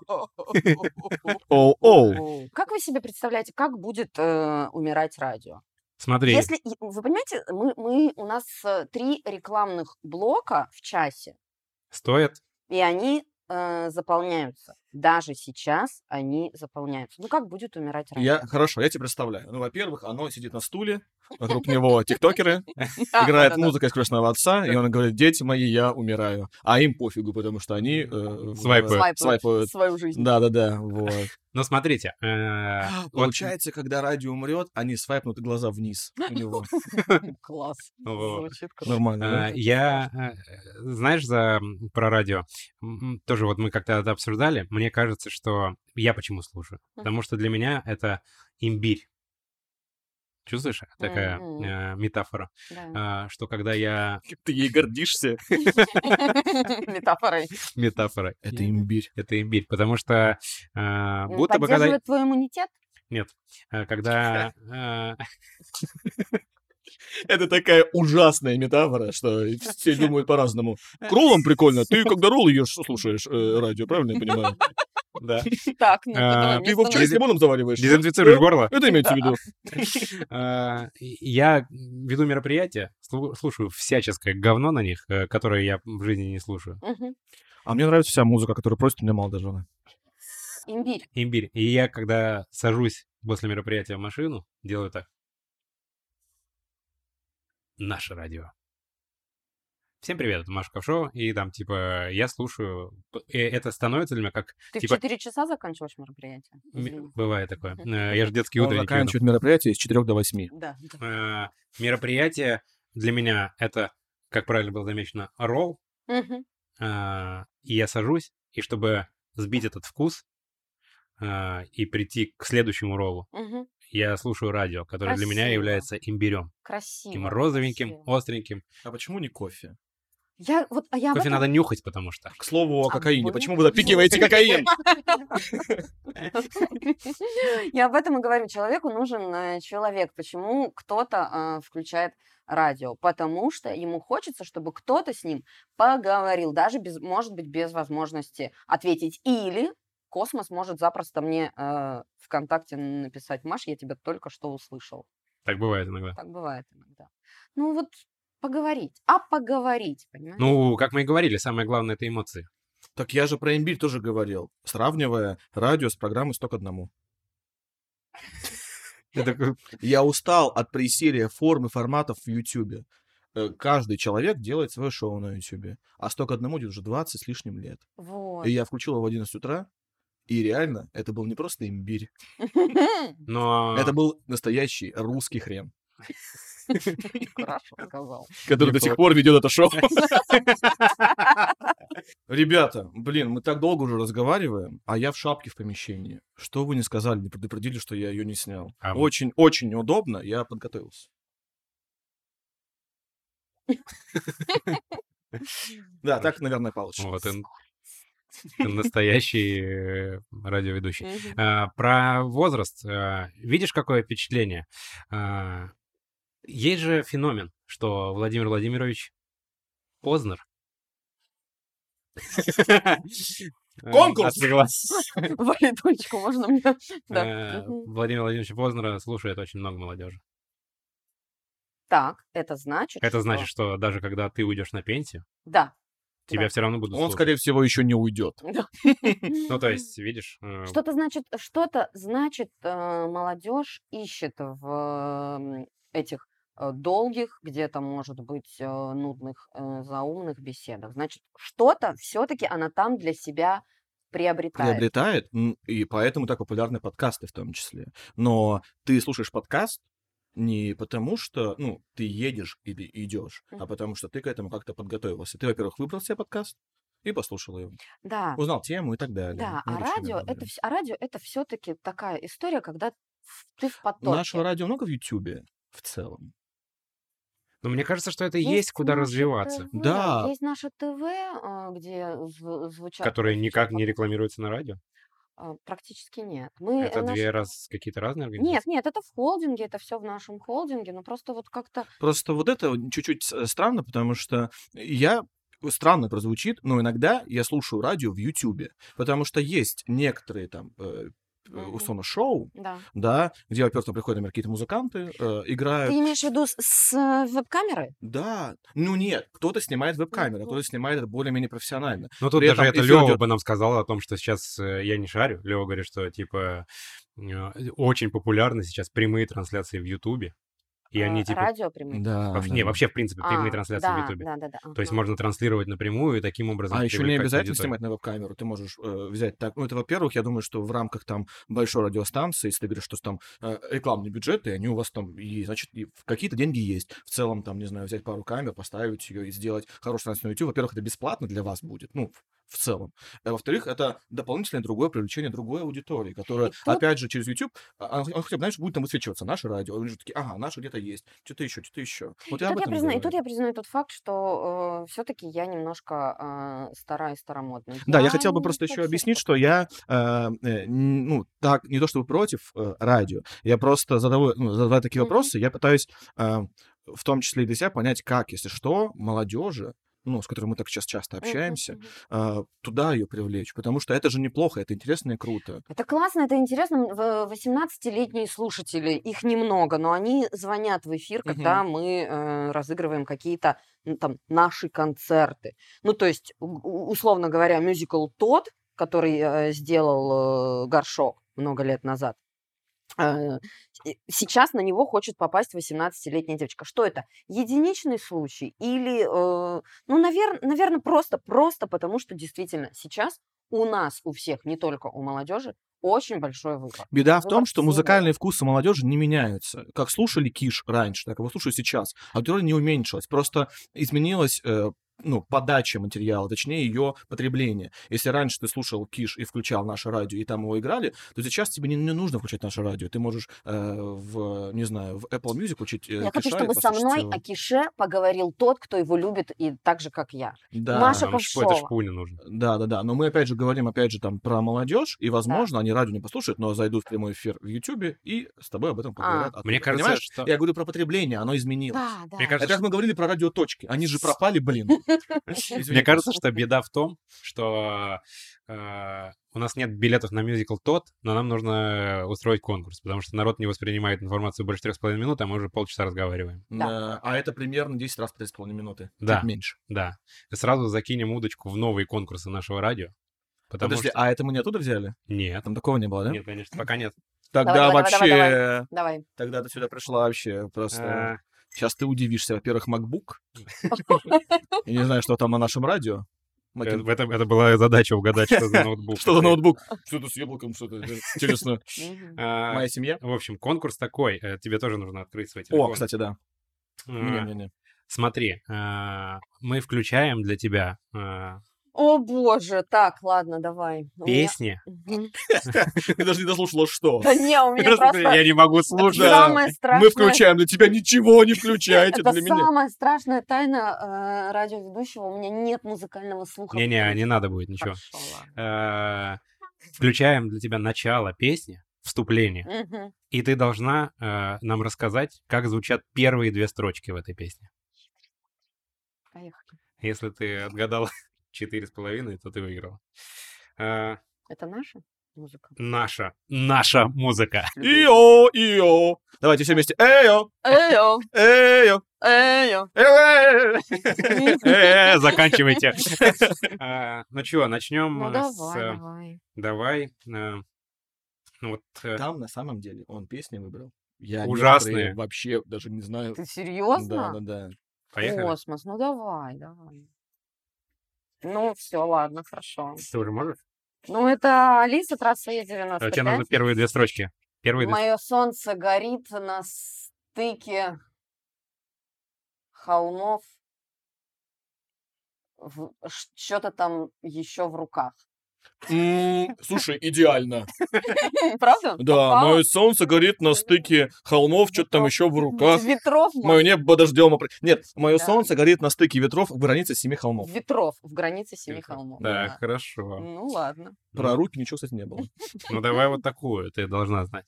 Оу-оу. Как вы себе представляете, как будет э, умирать радио? Смотри, Если, и- вы понимаете, мы, мы, у нас э, три рекламных блока в часе, стоит. и они э, заполняются. даже сейчас они заполняются. Ну, как будет умирать радио? Я, хорошо, я тебе представляю. Ну, во-первых, оно сидит на стуле, вокруг него тиктокеры, А, играет да-да-да. музыка из «Крестного отца», и он говорит: дети мои, я умираю. А им пофигу, потому что они э, в- Свайпают. Свайпают свайпают. свою жизнь. Да-да-да, вот. Ну, смотрите. э, вот, Получается, когда радио умрет, они свайпнут глаза вниз у него. Класс. О. Звучит круто. Нормально, да? э, я, э, знаешь, за м, про радио, м, тоже вот мы как-то это обсуждали, мне кажется, что я почему слушаю? Потому что для меня это имбирь. Чувствуешь? Такая Мгм. э, метафора. Да. А, что когда я... Ты ей гордишься? Метафорой. Метафора. Это имбирь. Это имбирь, потому что а, будто бы когда... Поддерживает твой иммунитет? Нет. А, Когда... а, Это такая ужасная метафора, что все думают по-разному. К роллам прикольно. Ты когда роллы ешь, слушаешь э, радио, правильно я понимаю? Да. Так, ну А, давай, Ты мне его в чай с становится- лимоном завариваешь? Дезинфицируешь Да? горло? Это имеется в виду. А, и- Я веду мероприятия, слу- слушаю всяческое говно на них, э, которое я в жизни не слушаю. Мгм. А мне нравится вся музыка, которую просит меня молодожены. Имбирь. Имбирь. И я, когда сажусь после мероприятия в машину, делаю так. Наше радио. Всем привет, это Маша Ковшова, и там, типа, я слушаю... И это становится для меня как... Ты в типа, четыре часа заканчиваешь мероприятие? м- Извини. бывает такое. Э, Я же детский Он утренник веду. заканчивает мероприятие с четырёх до восьми. Да. да. Э, Мероприятие для меня это, как правильно было замечено, ролл. Мгм. А, и я сажусь, и чтобы сбить этот вкус а, и прийти к следующему роллу, Мгм. я слушаю радио, которое для меня Красиво. является имбирем. Красиво. Таким розовеньким, красиво. остреньким. А почему не кофе? Я вот, а я об Кофе этом- надо нюхать, потому что. К слову о А кокаине. вы- Почему вы запикиваете кокаин? Я об этом и говорю. Человеку нужен э, человек. Почему кто-то а, включает радио? Потому что ему хочется, чтобы кто-то с ним поговорил, даже без, может быть, без возможности ответить. Или космос может запросто мне э, ВКонтакте написать: Маш, я тебя только что услышал. Так бывает иногда. Так бывает иногда. Ну вот поговорить. А поговорить, понимаешь? Ну, как мы и говорили, самое главное — это эмоции. Так я же про имбирь тоже говорил, сравнивая радио с программой «Сто к одному». Я такой, Я устал от пресерия форм и форматов в Ютубе. Э, Каждый человек делает свое шоу на Ютубе. А «Сто к одному» идет уже двадцать с лишним лет. Вот. И я включил его в одиннадцать утра, и реально, это был не просто имбирь. Но... Это был настоящий русский хрен, Хорошо сказал. который до сих пор ведет это шоу. Ребята, блин, мы так долго уже разговариваем, а я в шапке в помещении. Что вы не сказали, не предупредили, что я ее не снял. А мы- Очень-очень неудобно, я подготовился. Да, так, наверное, получше. Вот, ты- ты настоящий э, радиоведущий. Мгм. А, Про возраст. а, Видишь, какое впечатление? А, Есть же феномен, что Владимир Владимирович Познер. Конкурс! Отвела. Валидульчику можно мне? Да. Э, Мгм. Владимир Владимирович Познера слушает очень много молодежи. Так, это значит, Это что- значит, что даже когда ты уйдешь на пенсию, Да. тебя Да. все равно будут Он, слушать. скорее всего, еще не уйдет. Ну, то есть, видишь, э, Что-то значит, что-то значит, э, молодежь ищет в м, этих э, долгих, где-то, может быть, э, нудных, э, заумных беседах. Значит, что-то все-таки она там для себя приобретает. Приобретает, м, и поэтому так популярны подкасты в том числе. Но ты слушаешь подкаст не потому, что, ну, ты едешь или идешь, а Мгм. потому что ты к этому как-то подготовился. Ты, во-первых, выбрал себе подкаст и послушал его. Да, Узнал тему и так далее. да. Ну, А или чем я радио говорю. это, вс- а радио это все-таки такая история, когда в- ты в потоке. Нашего радио много в Ютубе в целом. но мне кажется, что это есть куда наше развиваться, ТВ, Да. Есть наше ТВ, а, где зв- звучат... которые никак не звучат рекламируются на радио. а, Практически нет. Мы, э, Это наш- две раз какие-то разные организации. Нет, нет, это в холдинге, это все в нашем холдинге, но просто вот как-то... Просто вот это вот чуть-чуть с- странно, потому что я странно прозвучит, но иногда я слушаю радио в Ютубе, потому что есть некоторые там э, э, Мгм. условно, шоу, Да. да, где, во-первых, там приходят, например, какие-то музыканты, э, Ты играют. имеешь в виду с, с, э, веб-камерой? Да, ну нет, кто-то снимает веб-камеру, а Мгм. кто-то снимает это более-менее профессионально. Ну, тут При даже этом это эфир Лёва идет. бы нам сказал о том, что сейчас э, я не шарю. Лёва говорит, что, типа, э, очень популярны сейчас прямые трансляции в Ютубе. И Э, они, типа, радио прямые? Да, вообще, да, не, да. вообще, в принципе, прямые А, трансляции в да, Ютубе. да, да, да. То есть Ага. можно транслировать напрямую и таким образом А еще не привлекать обязательно аудиторию. снимать на веб-камеру. Ты можешь э, взять так. Ну, это, во-первых, я думаю, что в рамках там большой радиостанции, если ты говоришь, что там э, рекламные бюджеты, они у вас там, и, значит, и в- какие-то деньги есть. В целом, там, не знаю, взять пару камер, поставить ее и сделать хорошую трансляцию на YouTube. Во-первых, это бесплатно для вас будет, ну, в в целом. А во-вторых, это дополнительное другое привлечение другой аудитории, которая, И тут опять же, через YouTube, а, он, он хотя бы, знаешь, будет там высвечиваться наше радио. Они же такие, ага, наше где-то есть, что-то еще, что-то еще. Вот И я об тут я этом и признаю, и тут говорю. я признаю тот факт, что все-таки я немножко а, старая и старомодная. Да, я Я хотел бы не просто еще хочу, объяснить, чтобы... что я, э, э, н- ну, так, не то чтобы против э, радио, я просто задаваю, ну, задавая такие Мгм, вопросы, я пытаюсь э, в том числе и для себя понять, как, если что, молодежи, ну, с которой мы так сейчас часто мгм, общаемся, мгм. э, туда ее привлечь, потому что это же неплохо, это интересно и круто. Это классно, это интересно. М, в- восемнадцатилетние слушатели, их немного, но они звонят в эфир, когда Мгм. мы э, разыгрываем какие-то ну, там наши концерты. Ну, то есть, у- у- условно говоря, мюзикл «Тот», который э, сделал э, Горшок много лет назад, э, и сейчас на него хочет попасть восемнадцатилетняя девочка. Что это? Единичный случай? Или, э, ну, наверное, просто, просто потому, что действительно сейчас у нас, у всех, не только у молодежи, очень большой выбор. Беда в Выбор том, что всего. музыкальные вкусы молодежи не меняются. Как слушали Киш раньше, так его слушают сейчас. Аудитория не уменьшилась, просто изменилась э, ну, подача материала, точнее, ее потребление. Если раньше ты слушал Киш и включал наше радио, и там его играли, то сейчас тебе не, не нужно включать наше радио. Ты можешь э, в, не знаю, в Apple Music включить э, Я хочу, Киша и чтобы со послушать мной его. о Кише поговорил тот, кто его любит, и так же, как я. Да, Маша Нам ж- это ж Ковшова. Пуня нужен. да, да, да. Но мы опять же говорим, опять же, там про молодежь, и, Да. возможно, они радио не послушают, но зайдут в прямой эфир в Ютубе и с тобой об этом А, поговорят. Мне оттуда. кажется, Понимаешь? что... Я говорю про потребление, оно изменилось. да, Мне да. Это кажется, как что... мы говорили про радиоточки. Они же пропали, блин. Мне Извини, кажется, Костя. что беда в том, что э, у нас нет билетов на мюзикл «Тот», но нам нужно устроить конкурс, потому что народ не воспринимает информацию больше трех с половиной минут, а мы уже полчаса разговариваем. Да. Да, а это примерно десять раз по три с половиной минуты. Да. Чуть меньше. Да. И сразу закинем удочку в новые конкурсы нашего радио, потому Подожди, что... а это мы не оттуда взяли? Нет, Там такого не было, да? нет, конечно, пока нет. Тогда Давай, давай, давай, давай, вообще... Давай. Тогда ты сюда пришла вообще просто... Э, Сейчас ты удивишься. Во-первых, MacBook. Я не знаю, что там на нашем радио. э, Макин- Это, это была задача угадать, что за ноутбук. Что за ноутбук? Что-то с яблоком, что-то интересно. Мгм. А, Моя семья? В общем, конкурс такой. э, Тебе тоже нужно открыть свой О, телефон. кстати, да. А, Не-не-не. Смотри, а, мы включаем для тебя а, О, боже. Так, ладно, давай. У меня... песни. Мгм. Ты даже не дослушала, что. Да не, у меня Просто просто... Я не могу Это слушать. Да. самое Мы страшное... включаем для тебя, ничего не включайте Это для меня. самая страшная тайна э, радиоведущего. У меня нет музыкального слуха. Не-не, вообще. не надо будет ничего. Хорошо, ладно. А, Включаем для тебя начало песни, вступление. Мгм. И ты должна а, нам рассказать, как звучат первые две строчки в этой песне. Поехали. Если ты отгадала четыре с половиной, то ты выиграла. А, Это наша музыка? Наша, наша музыка. Ио, ио. Давайте все вместе. Эйо, Эйо, эйо, эйо. эйо. Э, Заканчивайте. А, Ну чего, начнем Ну с... давай, э, давай. Давай. э, ну Вот э, Там на самом деле он песни выбрал. Я Ужасные. некоторые вообще даже не знаю. Ты Да, серьезно? да, да. поехали. Космос, ну давай, давай. Ну все, ладно, хорошо. Ты уже можешь? Ну это Алиса, трасса Е А девяносто Тебе нужны пять. первые две строчки. Первые две... Мое солнце горит на стыке холмов. Что-то там еще в руках. М, Слушай, идеально. Правда? Да, Попала? мое солнце горит на стыке холмов, что-то там еще в руках. Ветров, Мое может? небо дождем. опро- Нет, мое Да. солнце горит на стыке ветров в границе семи холмов. Ветров в границе семи Ветров. холмов. Так, Да. хорошо. Ну ладно. Про Ну, руки ничего, кстати, не было. ну давай вот такую, ты должна знать.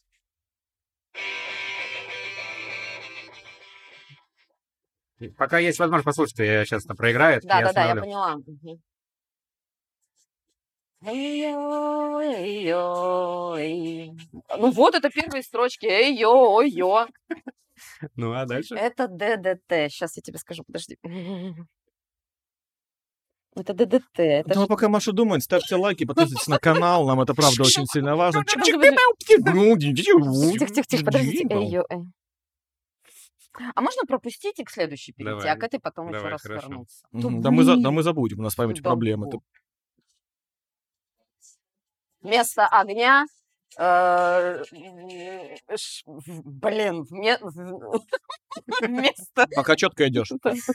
И Пока есть возможность послушать, я сейчас это проиграет. Да, да, да, я остановлю. поняла. Мгм. Эй-йо, эй-йо, эй. Ну вот, это первые строчки. Эй-йо, ой-йо. Ну, а дальше? Это ДДТ. Сейчас я тебе скажу, подожди. Это ДДТ. Это Ну, а ж- пока Маша думает, ставьте лайки, подписывайтесь на канал, нам это правда очень сильно важно. Подожди, подожди. Тихо, тихо, тихо, подождите. Джингл. Эй-йо, эй. А можно пропустить и к следующей перейти, Давай, а к этой потом еще давай, раз хорошо. вернуться? Мгм, Да мы, за- да блин. мы забудем, у нас с памятью Да проблемы. бог. Вместо огня... э, ш- в- Блин, вме- в- вместо... Пока четко идешь.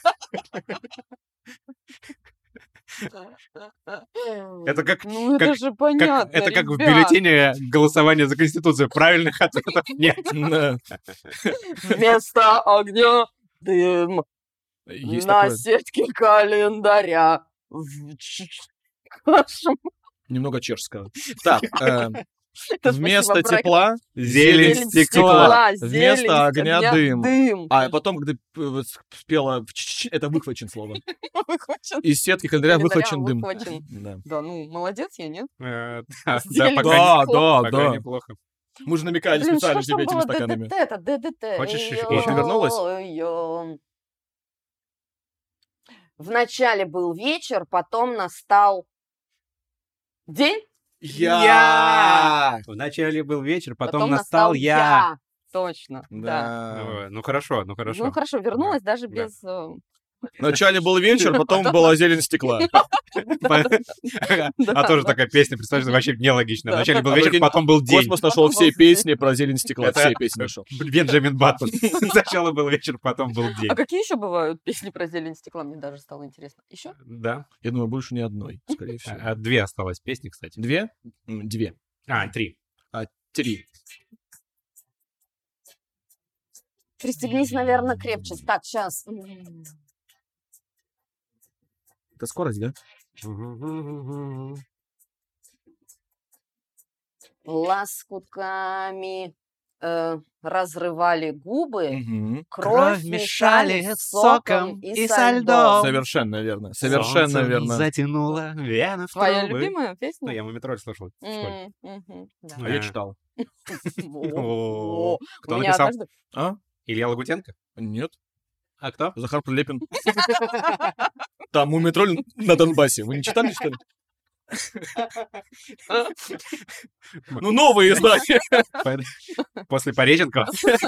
Это как, Ну, как- это же как- понятно, это как в ребят. бюллетене голосования за Конституцию. Правильных ответов нет. Да, Вместо огня дым есть на такое. сетке календаря. В ч- кошмар. Немного чешского. Так, э, Это вместо спасибо, проект. тепла Зелень зелень стекла. зелень Вместо огня дым. дым. А потом, когда п- вот спела, в ч- ч- это выхвачен слово. Выхвачен. Из сетки календаря Календаря выхвачен дым. выхвачен. Да. Да, ну, молодец я, нет? Э, Да, Зелень да, пока Да, не- да, пока да. неплохо. Мы же намекали Блин, специально что ж там тебе этими было? стаканами. ДДТ-то, ДДТ. Хочешь еще- Эй-йо, еще вернулась? эй-йо. Вначале был вечер, потом настал день, Я! Вначале был вечер, потом, потом настал я. Точно, да. Ну, Да. э, ну хорошо, ну хорошо. Ну хорошо, вернулась даже да. без... э, Вначале был вечер, потом была зелень стекла. А тоже такая песня, представляешь, вообще нелогично. Да. Вначале был А вечер, прикинь, потом был день. Космос нашел Потом все был песни про зелень стекла. Это- Все песни нашел. Бенджамин Баттон. Сначала был вечер, потом был день. А какие еще бывают песни про зелень стекла? Мне даже стало интересно. Еще? Да. Я думаю, больше ни одной, скорее всего. А, Две осталось песни, кстати. Две? М, Две. А, три. Три. Пристегнись, наверное, крепче. Так, сейчас. Это скорость, да? Лоскутками э, разрывали губы, Мгм. кровь мешали с соком и со льдом. Совершенно верно. Совершенно Солнцем верно. затянула вены в Твоя трубы. любимая Ну, песня? я Мумитроль слушал в школе. М, мгм, да. А я Э. читал. О, Кто у меня написал? однажды- А? Илья Лагутенко? Нет. А кто? Захар Прилепин. Там Мумитроль на Донбассе. Вы не читали, что ли? Ну, новые издания. После Пореченкова?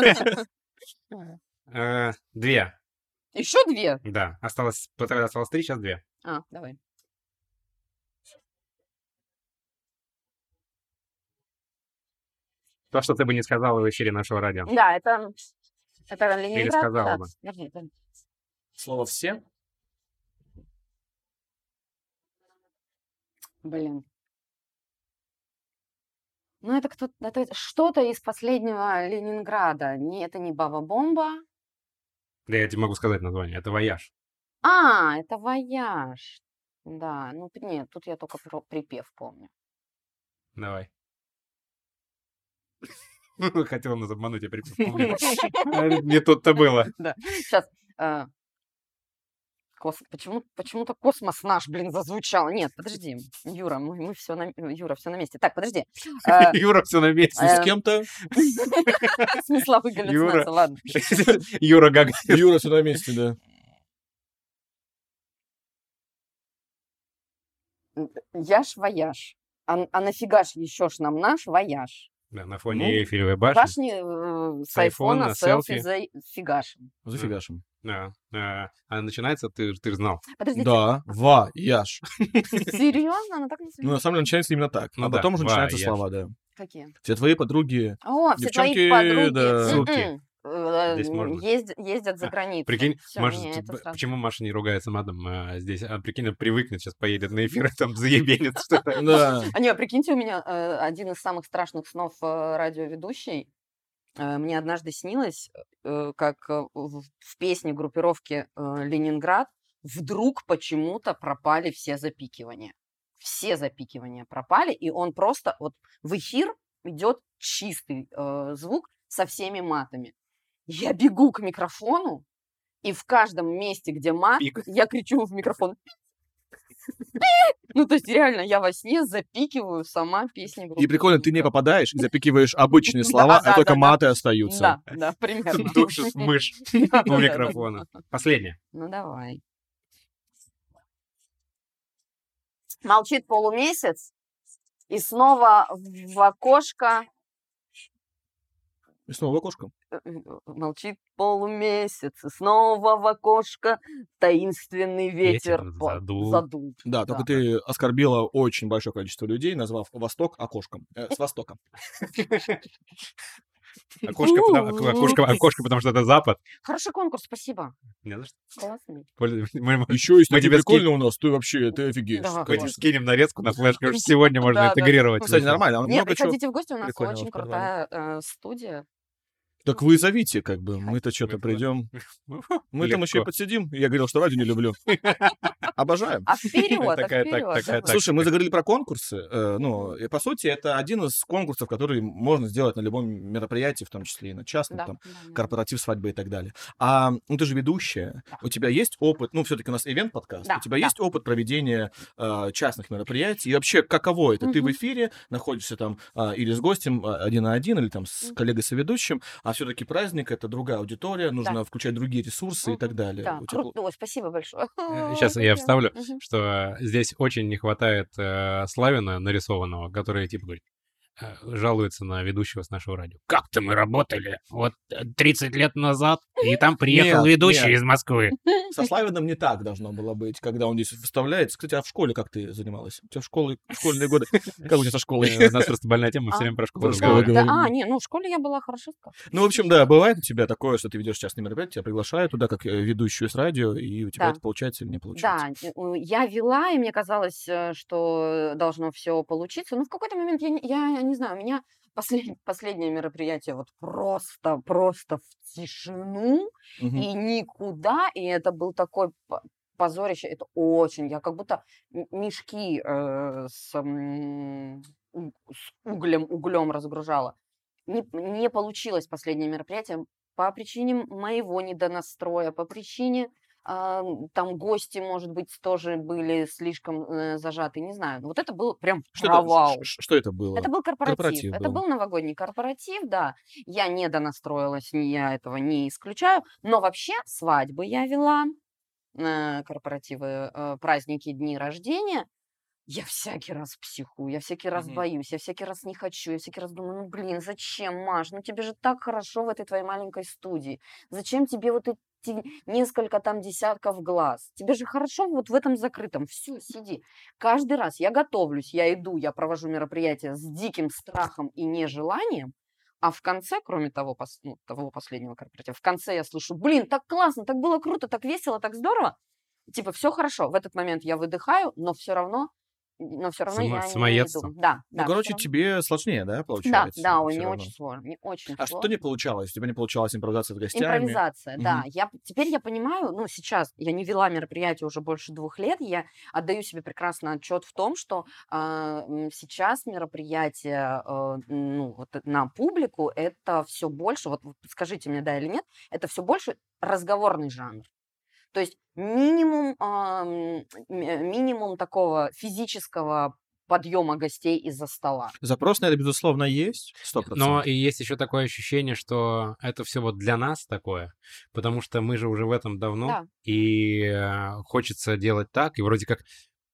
Э, Две. Еще две? Да. Осталось, тогда осталось три, сейчас две. А, давай. То, что ты бы не сказала в эфире нашего радио. Да, это... Это Ленинград. сказала Так, бы. подожди, это- Слово «все». Блин. Ну, это кто это что-то из последнего Ленинграда. Не, это не Баба-бомба. Да, я тебе могу сказать название. Это «Вояж». А, это «Вояж». Да, ну т- нет, тут я только про- припев помню. Давай. Хотел нас обмануть, я припев помню. А не тут-то было. Сейчас. Почему, почему-то космос наш, блин, зазвучал. Нет, подожди, Юра, мы, мы все на, Юра, все на месте. Так, подожди. Э, Юра все на месте. Э, С кем-то. Смысловые галлюцинации, ладно. Юра Гага. Юра все на месте, да. Яш вояж. А, а нафига ж еще ж нам наш вояж? Да, на Ну, фоне Эйфелевой башни. Башни э, с С айфона айфона селфи селфи. зафигашим. Зафигашим. Да. А а начинается, ты ты ж знал. Подождите, Да, вояж. серьезно? Она так Ну, называется? на самом деле, начинается именно так. Ну А да, потом уже начинаются вояж. слова, да. Какие? Все твои подруги. О, все Девчонки, твои подруги да. Суки. м-м, э, Здесь можно. ездят, ездят за А, границу. Прикинь, Всё, Маша, не, ты это б- сразу. почему Маша не ругается матом а, здесь? А прикинь, она привыкнет, сейчас поедет на эфир, и там заебенит что-то. Да. А не, прикиньте, у меня э, один из самых страшных снов э, радиоведущей. Э, мне однажды снилось, э, как э, в, в песне группировки э, «Ленинград» вдруг почему-то пропали все запикивания. Все запикивания пропали, и он просто вот в эфир идет чистый э, звук со всеми матами. Я бегу к микрофону, и в каждом месте, где мат, Пик. я кричу в микрофон. Ну, то есть реально я во сне запикиваю сама песни группы И прикольно, ты не Вика. попадаешь и запикиваешь обычные Да, слова, а да, только да, да. маты остаются. Да, да, примерно. Душишь мышь у Да-да-да-да. микрофона. Последнее. Ну, давай. Молчит полумесяц, и снова в окошко И снова в окошко. э, э, молчит полумесяц, и снова в окошко таинственный Ветер ветер по- задул. задул. Да, Да. только ты оскорбила очень большое количество людей, назвав Восток окошком. Э, с Востока. Окошко, потому, око- окошко, окошко, потому что это Запад. Хороший конкурс, спасибо. Не за что. Классный. Поль- Мы, мы- Еще есть Мы такие тебе ски- прикольные у нас, ты вообще, ты офигеешь. Да, мы тебе конечно. скинем нарезку на флешку, уж сегодня можно Да, да. интегрировать. в Кстати, эфир. нормально. Нет, Много чего. приходите в гости, у нас прикольного очень в подвале. крутая э, студия. Так вы зовите, как бы. Мы-то что-то Мы- придем. Мы там еще и Легко. подсидим. Я говорил, что радио не люблю. Обожаю. А вперед, а Такая, так, вперед. такая, так. Слушай, мы заговорили про конкурсы. э, Ну, и, по сути, это один из конкурсов, который можно сделать на любом мероприятии, в том числе и на частном, Да, там, да, да. корпоратив, свадьбы и так далее. А, ну, ты же ведущая. Да. У тебя есть опыт, ну, все-таки у нас ивент-подкаст. Да, У тебя да. есть опыт проведения э, частных мероприятий? И вообще, каково это? Ты в Мгм. эфире, находишься там а, или с гостем а, один на один, или там с Мгм. коллегой-соведущим, а все-таки праздник — это другая аудитория, нужно включать другие ресурсы и Мгм. так далее. Да, У тебя пол- круто. Ой, спасибо большое. Сейчас я Ой, вставлю, мгм. что здесь очень не хватает э, Славина нарисованного, который типа говорит, э, жалуется на ведущего с нашего радио. Как-то мы работали вот э, тридцать лет назад, и там приехал Нет, ведущий нет. из Москвы. Со Славиным не так должно было быть, когда он здесь выставляется. Кстати, а в школе как ты занималась? У тебя в школе, в школьные годы? Как у тебя со школой? Э, У нас просто больная тема, мы А, все время про школу Про школу Да, разговариваем. да, говорим. а, не, ну в школе я была хорошистка. Ну, в общем, да, бывает у тебя такое, что ты ведешь частные мероприятия, тебя приглашают туда как э, ведущую с радио, и у тебя Да. это получается или не получается? Да, э, у- я вела, и мне казалось, э, что должно все получиться. Но в какой-то момент, я, не- я не знаю, у меня послед- последнее мероприятие вот просто, просто в тишину Мгм. и никуда, и это был такой по- позорище, это очень, я как будто м- мешки э, с, м, у- с углем, углем разгружала. Не, не получилось последнее мероприятие по причине моего недонастроя, по причине а, м, там гости, может быть, тоже были слишком э, зажаты, не знаю. Но вот это был прям Что это, провал. ш- ш- что это было? Это был корпоратив. Корпоратив Это был. был новогодний корпоратив, да. Я не донастроилась, не я этого не исключаю. Но вообще свадьбы я вела, э, корпоративы, э, праздники, дни рождения. Я всякий раз психую, я всякий раз Мгм. боюсь, я всякий раз не хочу, я всякий раз думаю, ну блин, зачем, Маш, ну тебе же так хорошо в этой твоей маленькой студии, зачем тебе вот эти несколько там десятков глаз, тебе же хорошо вот в этом закрытом, все, сиди. Каждый раз я готовлюсь, я иду, я провожу мероприятие с диким страхом и нежеланием, а в конце, кроме того, пос- ну, того последнего корпоратива, в конце я слышу, блин, так классно, так было круто, так весело, так здорово, типа все хорошо, в этот момент я выдыхаю, но все равно но все равно Само- я не самоедство. иду. Да, Ну, да, короче, всё равно. тебе сложнее, да, Да, получается? да, ой, всё мне равно? очень сложно, мне очень А что сложно. не получалось? У тебя не получалась импровизация с гостями? Импровизация, да. Мгм. Я, теперь я понимаю, ну, сейчас я не вела мероприятие уже больше двух лет, я отдаю себе прекрасно отчет в том, что а, м, сейчас мероприятие э, ну, вот, э, на публику это все больше, вот вот скажите мне, да или нет, это все больше разговорный жанр. То есть минимум, ам, м, минимум такого физического подъема гостей из-за стола. Запрос на это, безусловно, есть. Сто Но процентов. и есть еще такое ощущение, что это все вот для нас такое, потому что мы же уже в этом давно, Да. и э, хочется делать так, и вроде как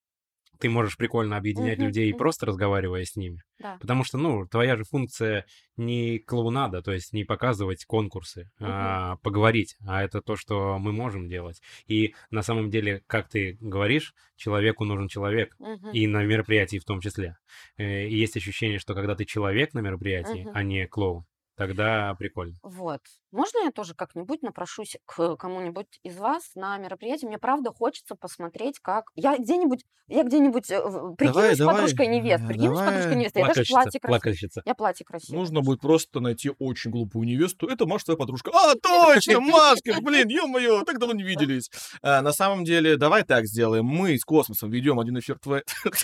ты можешь прикольно объединять Мгм, людей, мгм. просто разговаривая с ними. Да. Потому что, ну, твоя же функция не клоунада, то есть не показывать конкурсы, Мгм. а поговорить, а это то, что мы можем делать. И на самом деле, как ты говоришь, человеку нужен человек, Мгм. и на мероприятии в том числе. Э, И есть ощущение, что когда ты человек на мероприятии, Мгм. а не клоун, тогда прикольно. Вот. Можно я тоже как-нибудь напрошусь к кому-нибудь из вас на мероприятие? Мне правда хочется посмотреть, как... Я где-нибудь, я где-нибудь э, в- прикинусь давай, подружкой невест, э, прикинусь давай. подружкой невесты. Я даже Плакальщица, платье красивое. плакальщица. Я платье красивое. Нужно будет просто найти очень глупую невесту. Это Маша, твоя подружка. А, точно, Машка, блин, ё-моё, так давно не виделись. А, на самом деле, давай так сделаем. Мы с Космосом ведем один эфир твоe-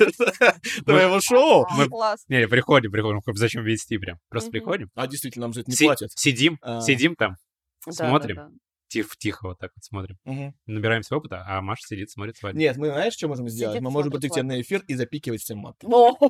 твоего шоу. А, мы- класс. Не, приходим, приходим. Зачем вести прям? Просто Мгм. приходим. А действительно, нам за это не Си- платят. Сидим, А. сидим там, Да, да, смотрим. да. тих- тихо вот так вот смотрим. Мгм. Набираемся опыта, а Маша сидит, смотрит свадьбу. Нет, мы знаешь, что можем сделать? Сидит, Мы можем смотрит прийти к тебе свадьбу. на эфир и запикивать всем матом.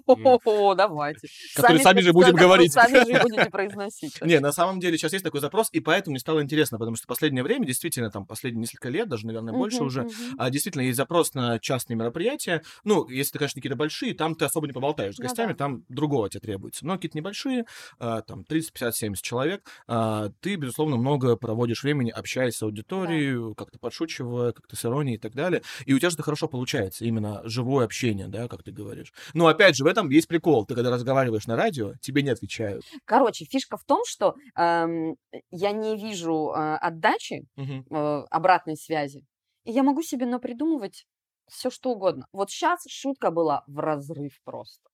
О, давайте. Который сами же будем который говорить. Сами же и будете произносить. Не, на самом деле сейчас есть такой запрос, и поэтому мне стало интересно, потому что в последнее время, действительно, там, последние несколько лет, даже, наверное, больше Мгм, уже, мгм. а, действительно, есть запрос на частные мероприятия. Ну, если ты, конечно, какие-то большие, там ты особо не поболтаешь с Ну гостями, да. там другого тебе требуется. Но какие-то небольшие, а, там, тридцать, пятьдесят, семьдесят человек, а, ты, безусловно, много проводишь времени, общаясь с Да. аудиторией, как-то подшучивая, как-то с иронией и так далее. И у тебя же это хорошо получается, именно живое общение, да, как ты говоришь. Но, опять же, в этом есть прикол. Ты, когда разговариваешь на радио, тебе не отвечают. Короче, фишка в том, что эм, я не вижу э, отдачи, Мгм. э, обратной связи, и я могу себе напридумывать все, что угодно. Вот сейчас шутка была в разрыв просто.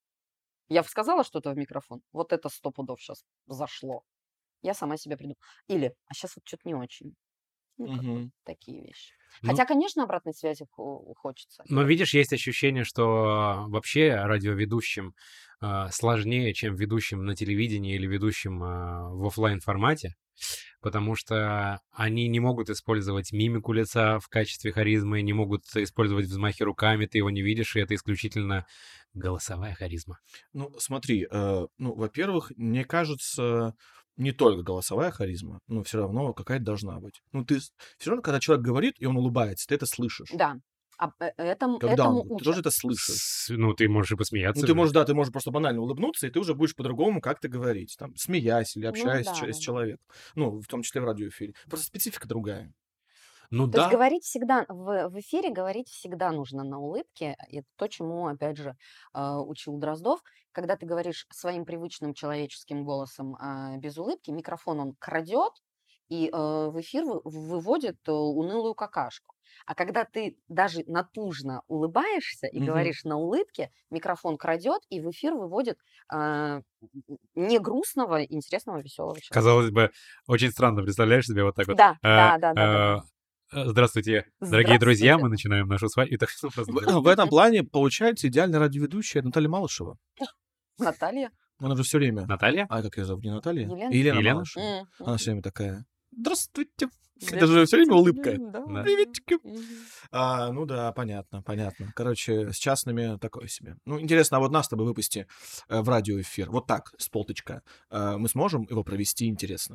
Я сказала что-то в микрофон, вот это сто пудов сейчас зашло. Я сама себе придумала. Или, а сейчас вот что-то не очень. Ну, как бы Мгм. такие вещи. Ну, Хотя, конечно, обратной связи хо- хочется. но видишь, есть ощущение, что вообще радиоведущим а, сложнее, чем ведущим на телевидении или ведущим а, в оффлайн формате, потому что они не могут использовать мимику лица в качестве харизмы, не могут использовать взмахи руками, ты его не видишь, и это исключительно голосовая харизма. Ну, смотри, э, ну, во-первых, мне кажется, не только голосовая харизма, но все равно какая-то должна быть. Ну, ты все равно, когда человек говорит, и он улыбается, ты это слышишь. Да, а, э, этому, Когда он этому говорит, ты тоже учат. это слышишь. С- Ну, ты можешь и Ну, посмеяться. ты можешь, да, ты можешь просто банально улыбнуться, и ты уже будешь по-другому как-то говорить, там, смеясь или Ну общаясь с, да, че- да, с да. человеком. Ну, в том числе в радиоэфире. Просто специфика другая. Ну То есть да, говорить всегда, в, в эфире говорить всегда нужно на улыбке. И это то, чему, опять же, э, учил Дроздов. Когда ты говоришь своим привычным человеческим голосом а, без улыбки, микрофон он крадет и э, в эфир вы- выводит э, унылую какашку. А когда ты даже натужно улыбаешься и Мгм. говоришь на улыбке, микрофон крадет и в эфир выводит а, не грустного, интересного, веселого человека. казалось бы, очень странно, представляешь себе вот так вот. Да, э, да, да, да, да, да. э, э, Здравствуйте, дорогие друзья, мы Здравствуйте. начинаем нашу свадьбу. И так ну, просто, В, да. в этом плане получается идеальная радиоведущая Наталья Малышева. Наталья. Она же все время... Наталья? А как ее зовут? Не Наталья? Елена. Елена, Елена? Малышева. М, Она мгм. все время такая... Здравствуйте. Да. Это же все время улыбка. Да. Да. Приветики. Мгм. А, ну да, понятно, понятно. Короче, с частными такое себе. Ну, интересно, а вот нас с тобой выпусти э, в радиоэфир. Вот так, с полточка. Э, мы сможем его провести интересно?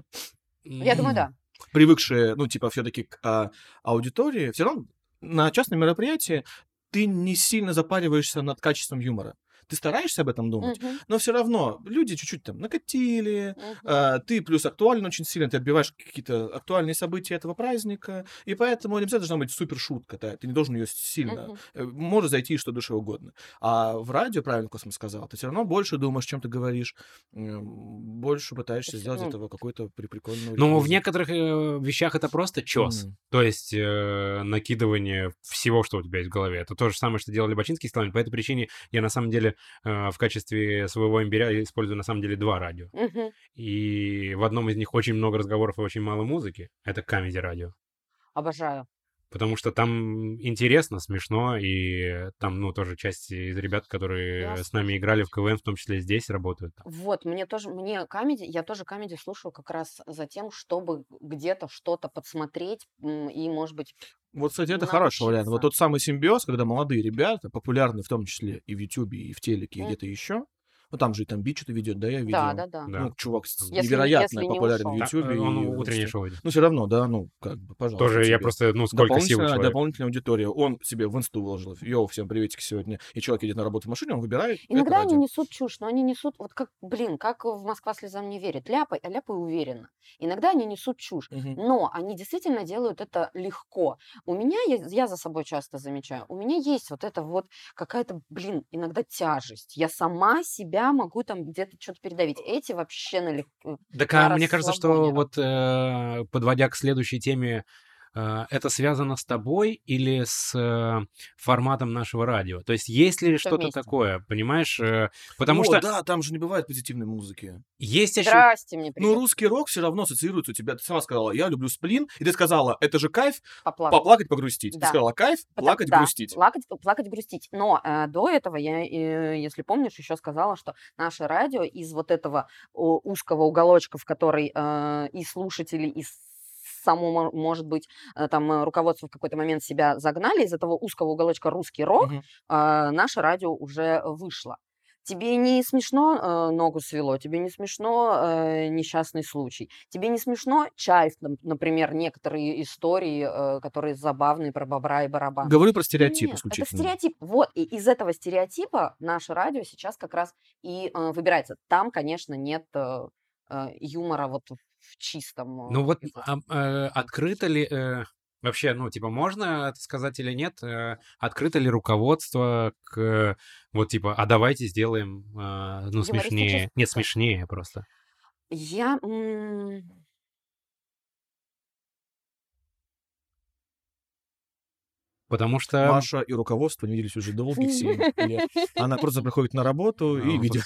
Я думаю, да. Привыкшие, ну, типа, все-таки к а, аудитории, все равно на частном мероприятии ты не сильно запариваешься над качеством юмора. Ты стараешься об этом думать, Мгм. но все равно люди чуть-чуть там накатили, Мгм. а, ты плюс актуален очень сильно, ты отбиваешь какие-то актуальные события этого праздника, и поэтому не обязательно должна быть супер шутка, да, ты не должен ее сильно, Мгм. э, может зайти что душе угодно. А в радио, правильно Космо сказал, ты все равно больше думаешь, чем ты говоришь, м, больше пытаешься есть, сделать из ну, этого какой-то при- прикольного Ну, в реквизит. некоторых э, вещах это просто чес. М. То есть э, накидывание всего, что у тебя есть в голове. Это то же самое, что делали Бачинский с Славин. По этой причине я на самом деле э, в качестве своего имбиря использую на самом деле два радио. Мгм. И в одном из них очень много разговоров и очень мало музыки. Это Comedy радио. Обожаю. Потому что там интересно, смешно, и там, ну, тоже часть из ребят, которые Я с нами играли в КВН, в том числе здесь, работают. там. Вот, мне тоже, мне комедий, я тоже комедий слушаю как раз за тем, чтобы где-то что-то подсмотреть м, и, может быть, Вот, кстати, это хороший вариант. Вот научиться. тот самый симбиоз, когда молодые ребята, популярные в том числе и в Ютубе, и в телеке, и М. где-то еще. Ну, там же и там Би что-то ведет, да, я Да, видел. да, да. Да. Ну, чувак с- Там- Если не- невероятно если не популярен в ушел. Да, Ютубе э, он и в утреннее Инсте. шоу ведет. Ну, все равно, да, ну, как бы, пожалуйста. Тоже я тебе. просто, ну, сколько сил у Дополнительная, человека. дополнительная аудитория. Он себе в инсту выложил. Йоу, всем приветики сегодня. И человек едет на работу в машине, он выбирает. это Иногда они радио. несут чушь, но они несут, вот как, блин, как в «Москва слезам не верит», ляпай, а ляпай уверенно. Иногда они несут чушь, Мгм. но они действительно делают это легко. У меня, я, я за собой часто замечаю, у меня есть вот это вот какая-то, блин, иногда тяжесть. Я сама себя могу там где-то что-то передавить. Эти вообще налегко. Так, на а мне кажется, что расслабоне вот э, подводя к следующей теме, э, это связано с тобой или с э, форматом нашего радио? То есть есть ли Всё что-то вместе. такое, понимаешь? Э, Потому О, что да, там же не бывает позитивной музыки. есть ощущение... Здрасте, мне Ну, придёт русский рок все равно ассоциируется у тебя. Ты сама сказала, я люблю сплин, и ты сказала, это же кайф, поплакать. поплакать, погрустить. Ты Да. сказала, кайф, Потом- плакать, да, грустить. Плакать, плакать, грустить. Но э, до этого я, э, если помнишь, еще сказала, что наше радио из вот этого о, узкого уголочка, в который э, и слушатели, и само, мо- может быть, э, там э, руководство в какой-то момент себя загнали, из этого узкого уголочка русский рок, Мгм. а, наше радио уже вышло. Тебе не смешно э, ногу свело, тебе не смешно э, несчастный случай, тебе не смешно Чайф, нам- например, некоторые истории, э, которые забавные про бобра и барабан. Говорю про стереотип Нет, это исключительно. стереотип. Вот, и из этого стереотипа наше радио сейчас как раз и э, выбирается. Там, конечно, нет э, э, юмора вот в в чистом Ну э, вот его. а, э, открыто ли э, вообще, ну типа можно это сказать или нет? э, Открыто ли руководство к э, вот типа, а давайте сделаем э, ну смешнее, нет Юмористическое. смешнее просто, Я... м, потому что Маша и руководство не виделись уже долгих семь лет. Она просто приходит на работу и э, ведет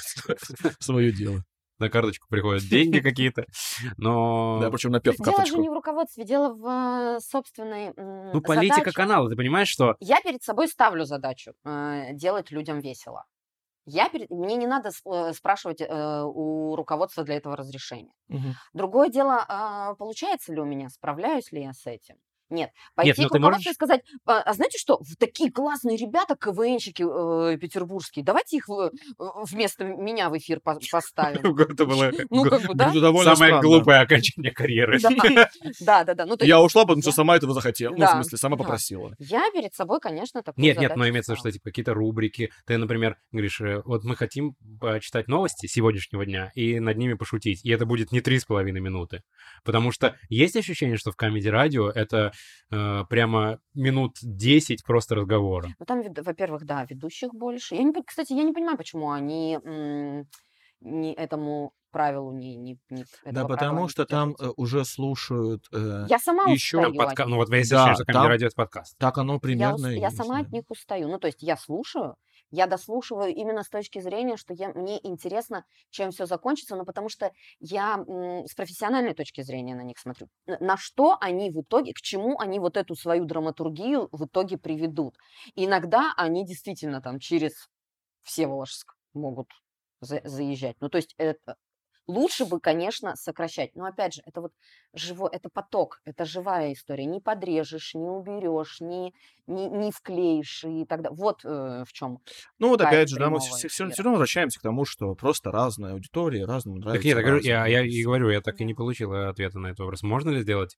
свое дело. на карточку приходят деньги какие-то, Да, но причем наперв Дело же карточку. не в руководстве, дело в э, собственной ну м, политика задаче. канала, ты понимаешь, что Я перед собой ставлю задачу э, делать людям весело. Я перед... Мне не надо с- э, спрашивать э, у руководства для этого разрешения. Мгм. Другое дело, а, получается ли у меня, справляюсь ли я с этим. Нет, нет, пойти ну к ты руководству и можешь, сказать, а а знаете что, в- такие классные ребята, КВНщики э, петербургские, давайте их в- э, вместо меня в эфир по- поставим. это было Ну, г- как бы, да? Это довольно самое странно. глупое окончание карьеры. Да, да, да, да. Ну, то есть Я ушла, потому что я... сама этого захотела. Ну, в Да, смысле, сама да. попросила. Я перед собой, конечно, такую Нет, нет, но задачу имеется в виду, что ставлю. типа какие-то рубрики. Ты, например, говоришь, э, вот мы хотим почитать новости сегодняшнего дня и над ними пошутить. И это будет не три с половиной минуты. Потому что есть ощущение, что в Comedy Radio это э, прямо минут десять просто разговора. Ну, там, вед- во-первых, да, ведущих больше. Я не, пон- кстати, я не понимаю, почему они м, не этому правилу не, не, не- Да, этого правила потому не что там э, придерживаются. уже слушают э, Я сама еще... Там устаю от подка... Ну них. вот есть Да, ощущение, что Comedy там Radio — это подкаст. так оно Я, примерно ус- и я есть, сама да. от них устаю. Ну, то есть я слушаю, я дослушиваю именно с точки зрения, что я, мне интересно, чем все закончится, но потому что я м, с профессиональной точки зрения на них смотрю. Н- На что они в итоге, к чему они вот эту свою драматургию в итоге приведут. И иногда они действительно там через Всеволожск могут за- заезжать. Ну, то есть это лучше бы, конечно, сокращать. Но опять же, это вот живой, это поток, это живая история. Не подрежешь, не уберешь, не, не, не вклеишь и так далее. Вот э, в чем Ну вот кайф опять же, да, мы прямого все, все, эфира. равно возвращаемся к тому, что просто разная аудитория, разным Так нет, нравится я, говорю, разное. я, Вот я и и все. говорю, я так и не Да. получил ответа на этот вопрос. Можно ли сделать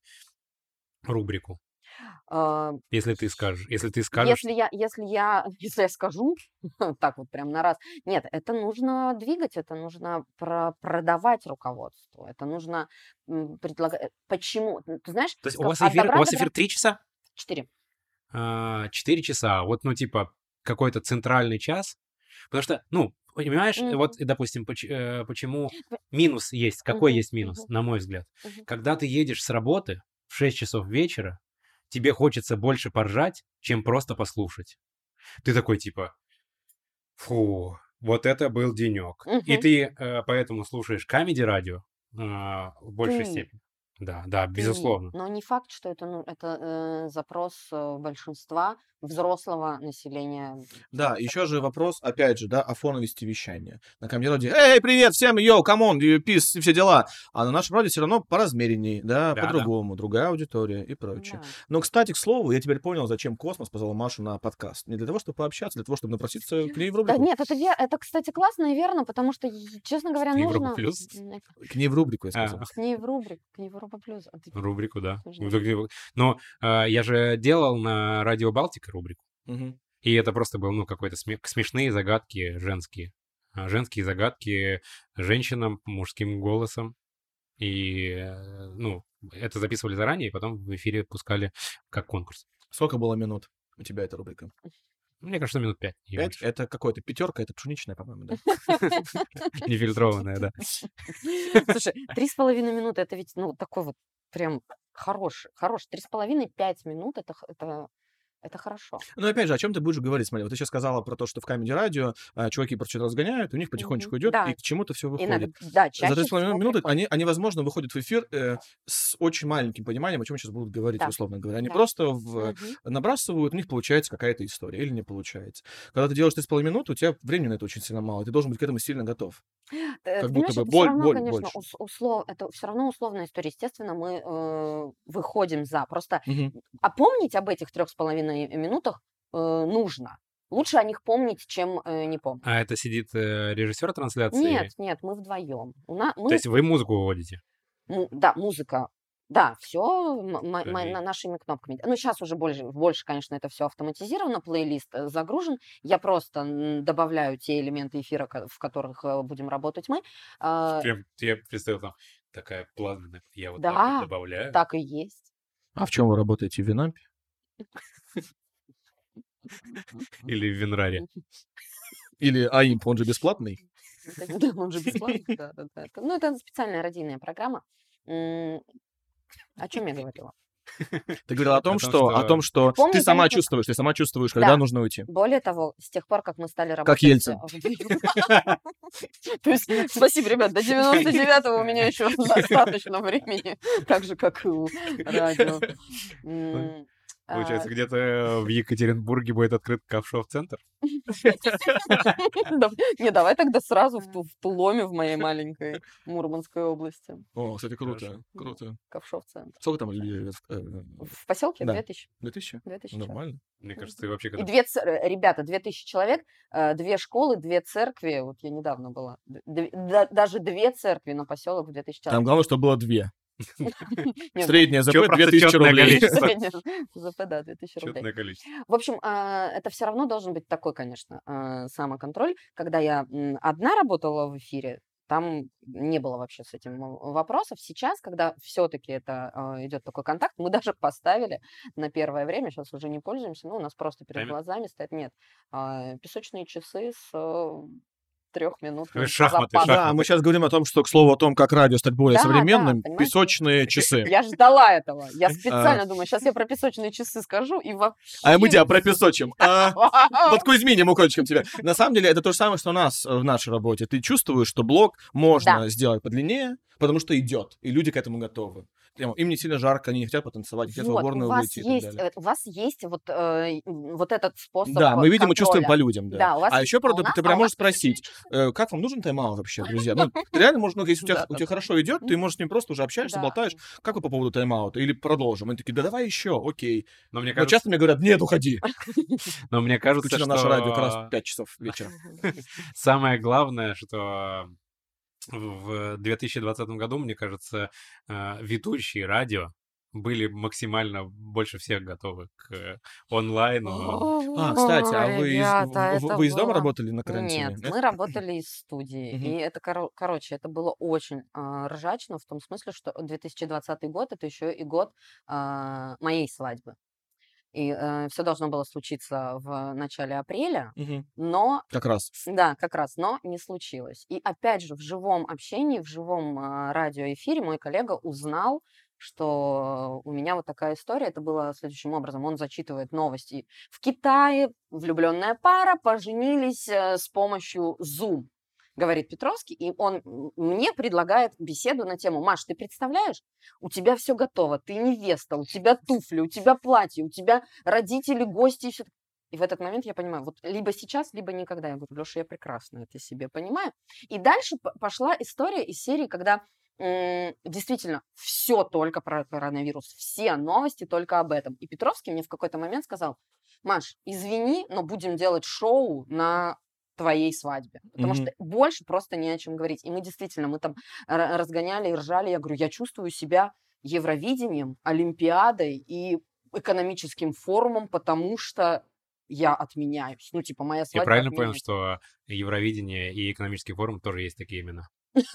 рубрику, А, если ты скажешь, если ты скажешь, Если я, если я, если я скажу, так вот прям на раз, нет, это нужно двигать, это нужно про- продавать руководству, это нужно м, предлагать. Почему? Ты знаешь, то есть у сказал, вас от эфир, у добра вас добра эфир три часа? четыре. А, четыре часа, вот, ну, типа, какой-то центральный час. Потому что, ну, понимаешь, вот, Мгм. допустим, поч- э, почему П- минус есть, какой мгм, есть минус, мгм, на мой взгляд. мгм. Когда ты едешь с работы в шесть часов вечера, тебе хочется больше поржать, чем просто послушать. Ты такой, типа, фу, вот это был денек. И Мгм. ты э, поэтому слушаешь Comedy Radio а, в большей Ты, степени. Да, да, ты, безусловно. но не факт, что это, ну, это э, запрос э, большинства взрослого населения Да, Санкт еще же Петербурга. вопрос, опять же, да, о фоновости вещания. На Comedy Radio, эй, привет всем, йоу, камон, пис, и все дела. А на нашем радио все равно поразмеренней, да, Да, да. по-другому, другая аудитория и прочее. Да. Но, кстати, к слову, я теперь понял, зачем Космос позвал Машу на подкаст. Не для того, чтобы пообщаться, для того, чтобы напроситься к ней в Да рубрику. нет, это, ве- это, кстати, классно и верно, потому что, е- честно говоря, К Европа нужно Плюс. м, К ней в рубрику, я А, сказал. к ней в рубрику, к ней в Европа Плюс. А ты рубрику, да. смешно. Вот так- Но э, я же делал на Радио Балтика рубрику. Мгм. И это просто был, ну, какой-то сме- смешные загадки женские. А, Женские загадки женщинам мужским голосом. И, э, ну, это записывали заранее, и потом в эфире пускали как конкурс. Сколько было минут у тебя эта рубрика? Мне кажется, минут пять. не Пять? больше. Это какой-то пятерка, это пшеничная, по-моему, да? Нефильтрованная, да. Слушай, три с половиной минуты, это ведь, ну, такой вот прям хороший, хороший. Три с половиной, пять минут, это, х- это, Это хорошо. Ну, опять же, о чем ты будешь говорить? Смотри, вот ты сейчас сказала про то, что в Comedy радио а, чуваки про что-то разгоняют, у них Мгм. потихонечку идет, и Да, к чему-то все иногда, выходит. да, За чаще тридцать всего минут приходит. они, они, возможно, выходят в эфир э, с очень маленьким пониманием, о чем сейчас будут говорить, Да, условно говоря. Они да. просто в- Мгм. набрасывают, у них получается какая-то история или не получается. Когда ты делаешь три с половиной минуты, у тебя времени на это очень сильно мало, и ты должен быть к этому сильно готов. Э, Как Ты будто понимаешь, бы это все боль, равно, боль конечно, больше. ус- услов... это все равно условная история. Естественно, мы э, выходим за. Просто Мгм. а помнить об этих трех с половиной минутах э, нужно. Лучше о них помнить, чем э, не помнить. А это сидит э, режиссер трансляции? Нет, нет, мы вдвоем. У нас, То мы, есть вы музыку выводите? му- да, музыка, да, все Окей. нашими кнопками. Ну, сейчас уже больше, больше, конечно, это все автоматизировано, плейлист э, загружен. Я просто м, добавляю те элементы эфира, ко- в которых э, будем работать мы. А, Прям я представил там такая плавная. Я вот так вот Да, добавляю. так и есть. А в чем вы работаете? В Винампе? Или в Винраре. Или АИМП, он же бесплатный? Это- да, он же бесплатный, да, да, да. Это- Ну, это специальная радийная программа. М, О чем я говорила? Ты говорил о том, О том, что, о что- том, что ты Помните, сама они- чувствуешь, ты сама чувствуешь, когда Да. нужно уйти. Более того, с тех пор, как мы стали Как работать... Ельцин. э, То есть, спасибо, ребят, до девяносто девятого у меня еще достаточно времени, так же, как и у радио. М, а, Получается, где-то в Екатеринбурге будет открыт ковшов-центр? да- Не, давай тогда сразу в Ту- в Туломе, в моей маленькой Мурманской области. О, кстати, круто, Хорошо. круто. Ковшов-центр. Сколько там людей живет? Э, В поселке Да. две тысячи. Две тысячи? две тысячи человек. Нормально. Мне кажется, и вообще И когда... две, ц- э, ребята, две тысячи человек, э, две школы, две церкви, вот я недавно была, д- д- да- даже две церкви на поселок в две тысячи Там человек. главное, чтобы было две. Нет, Средняя ЗП Чё, просто две тысячи чётное рублей. количество. средняя ЗП, да, две тысячи рублей. Четное количество. В общем, а, это все равно должен быть такой, конечно, а, самоконтроль. Когда я м, одна работала в эфире, там не было вообще с этим м, вопросов. Сейчас, когда все-таки это а, идет такой контакт, мы даже поставили на первое время, сейчас уже не пользуемся, ну, у нас просто перед Таймер? глазами стоят, нет, а, песочные часы с э, трехминутным Шахматы, запасом. Да, мы сейчас говорим о том, что, к слову, о том, как радио стать более Да, да, современным, понимаете? песочные часы. Я ждала этого. Я специально думаю, сейчас я про песочные часы скажу, и вообще... А мы тебя пропесочим. А, Вау! под Кузьминем укольчиком тебя. На самом деле, это то же самое, что у нас э, в нашей работе. Ты чувствуешь, что блок можно Да. сделать подлиннее, потому что идет, и люди к этому готовы. Прямо, им не сильно жарко, они не хотят потанцевать, не хотят в Вот, у уборную вас выйти и так есть, далее. э, у вас есть вот, э, м, вот этот способ Да, мы, видимо, контроля. чувствуем по людям, да. Да, у вас А есть, еще, а у правда, нас- ты а прям у можешь вас спросить, э, как вам нужен тайм-аут вообще, друзья? Ну, реально можно, если у тебя, Да, у да, тебя да. хорошо идет, ты можешь с ним просто уже общаешься, Да. болтаешь. Как вы по поводу тайм-аута? Или продолжим? Они такие, да давай еще, окей. Но мне Но кажется, часто мне говорят, нет, уходи. но мне кажется, Включи на что наше радио как раз в пять часов вечера. самое главное, что в две тысячи двадцатом году, мне кажется, э, ведущие радио были максимально больше всех готовы к онлайну. А, кстати, а вы из, Ребята, в- это вы из дома было- работали на карантине? Нет, мы работали из студии. Мгм. И это, коро- короче, это было очень а, ржачно в том смысле, что две тысячи двадцатый год это еще и год а, моей свадьбы. И все должно было случиться в начале апреля, Мгм. но Как раз. да, как раз, но не случилось. И опять же, в живом общении, в живом а, радиоэфире мой коллега узнал, что у меня вот такая история. Это было следующим образом. Он зачитывает новости. В Китае влюбленная пара поженились э, с помощью Zoom, говорит Петровский, и он м, мне предлагает беседу на тему: Маш, ты представляешь, у тебя все готово, ты невеста, у тебя туфли, у тебя платье, у тебя родители, гости и все. И в этот момент я понимаю, вот либо сейчас, либо никогда. Я говорю, Леша, я прекрасно это себе понимаю. И дальше п- пошла история из серии, когда м, действительно все только про коронавирус, все новости только об этом. И Петровский мне в какой-то момент сказал: Маш, извини, но будем делать шоу на твоей свадьбе, потому Мгм. что больше просто не о чем говорить. И мы действительно, мы там ра- разгоняли и ржали. Я говорю, я чувствую себя Евровидением, Олимпиадой и экономическим форумом, потому что я отменяюсь. Ну, типа, моя Я свадьба правильно понял, отменяется. что Евровидение и экономический форум тоже есть такие имена?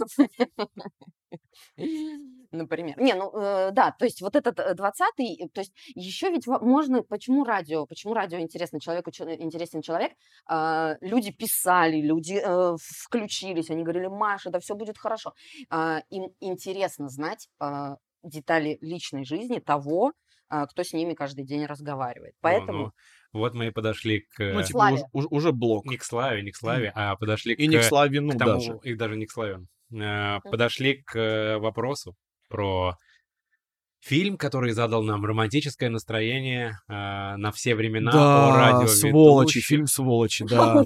Например. Не, ну э, да, то есть вот этот э, двадцатый, э, то есть еще ведь во- можно, почему радио, почему радио интересно человеку, чё- интересен человек, А, люди писали, люди э, включились, они говорили, Маша, да все будет хорошо. А, им интересно знать а, детали личной жизни того, а, кто с ними каждый день разговаривает. О, Поэтому ну, вот мы и подошли Ну, к... типа, уже, славе. уже, уже блок. Не к славе, не к славе, а подошли И не к к, к Славину даже. тому, и даже не к славе. Э, Мгм. Подошли к э, вопросу про фильм, который задал нам романтическое настроение э, на все времена о Да, сволочи, фильм радиоведущих. «Сволочи», да.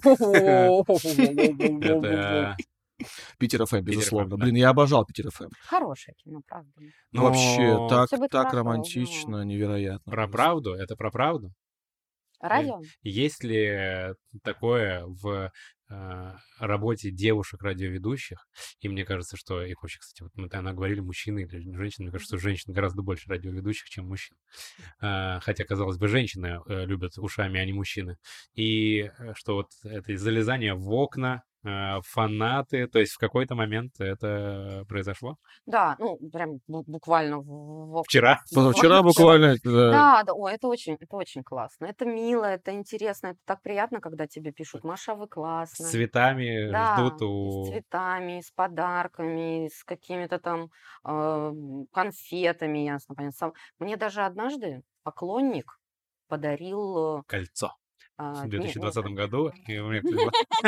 Это Питер ФМ, Питер безусловно. ФМ, да. Блин, я обожал Питер ФМ. Хорошее кино, правда. Вообще, Но так, Все бы это так прошло, но романтично, невероятно про просто. правду, это про правду. Э, радио? Есть ли такое в э, работе девушек-радиоведущих? И мне кажется, что их вообще, кстати, вот мы тогда говорили, мужчины или женщины, мне кажется, что женщин гораздо больше радиоведущих, чем мужчин. Э, Хотя, казалось бы, женщины э, любят ушами, а не мужчины. И э, что вот это залезание в окна, э, фанаты, то есть в какой-то момент это произошло? Да, ну, прям бу- буквально в, в- Вчера. Позавчера вчера. буквально, это, да. Да, да, ой, это очень, это очень классно. Это мило, это интересно, это так приятно, когда тебе пишут: Маша, вы С классная. цветами Да, ждут и с у... цветами, и с подарками, и с какими-то там а, конфетами, ясно, понятно. Сам- Мне даже однажды поклонник подарил... э, кольцо а, в не, две тысячи не, двадцатом году. И у меня было-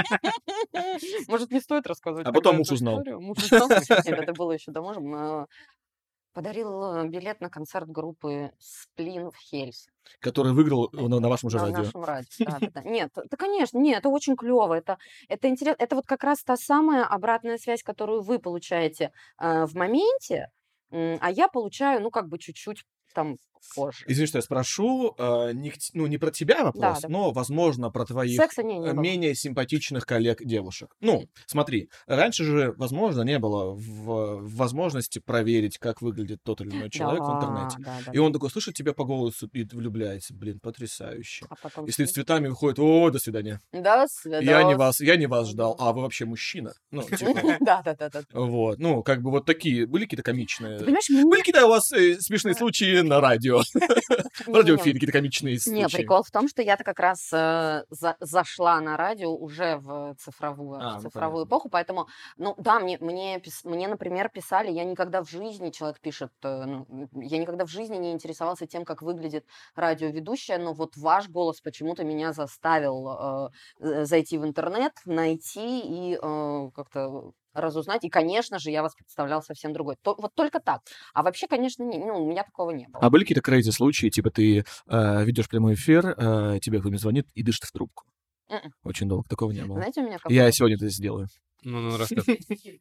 может, не стоит рассказывать А тогда потом муж эту узнал. историю? Муж узнал? Нет, это было еще до мужа. М, Подарил э, билет на концерт группы «Сплин» в Хельсинки. Который выиграл на, на вашем же На радио. нашем радио. Да, да, да. Нет, да, конечно, нет, это очень клево. Это, это интересно. Это вот как раз та самая обратная связь, которую вы получаете э, в моменте, м, а я получаю, ну, как бы чуть-чуть там позже. Извини, что я спрошу, э, не, к т- ну, не про тебя Да, вопрос, да. но, возможно, про твоих Секса не, не э, было. менее симпатичных коллег-девушек. Ну, смотри, раньше же, возможно, не было в, возможности проверить, как выглядит тот или иной человек в Да, интернете. да, да, И да. он такой слышит тебя по голосу и влюбляется. Блин, потрясающе. А потом И стоит с что? цветами, выходит: о, до свидания. До Я не свидос. вас, я не вас ждал, а вы вообще мужчина. Ну, типа, Да, да, да, да. вот. Ну, как бы вот такие, были какие-то Ты комичные... понимаешь, Были мне... какие-то у вас э, смешные случаи на радио? В Не-не-не, радиоэфире какие-то комичные Не, случаи? прикол в том, что я-то как раз э, за- зашла на радио уже в цифровую, А, в ну цифровую понятно. эпоху, поэтому, ну да, мне, мне, пис- мне, например, писали, я никогда в жизни, человек пишет, э, ну, м, я никогда в жизни не интересовался тем, как выглядит радиоведущая, но вот ваш голос почему-то меня заставил э, э, зайти в интернет, найти и э, как-то разузнать. И, конечно же, я вас представлял совсем другой. То- вот только так. А вообще, конечно, не, ну, у меня такого не было. А были какие-то крейзи случаи, типа ты э, ведешь прямой эфир, э, тебе кто-нибудь звонит и дышит в трубку? Мгм. Очень долго, такого не было. Знаете, у меня какой Я опыт? сегодня это сделаю. Ну, ну, рассказывай.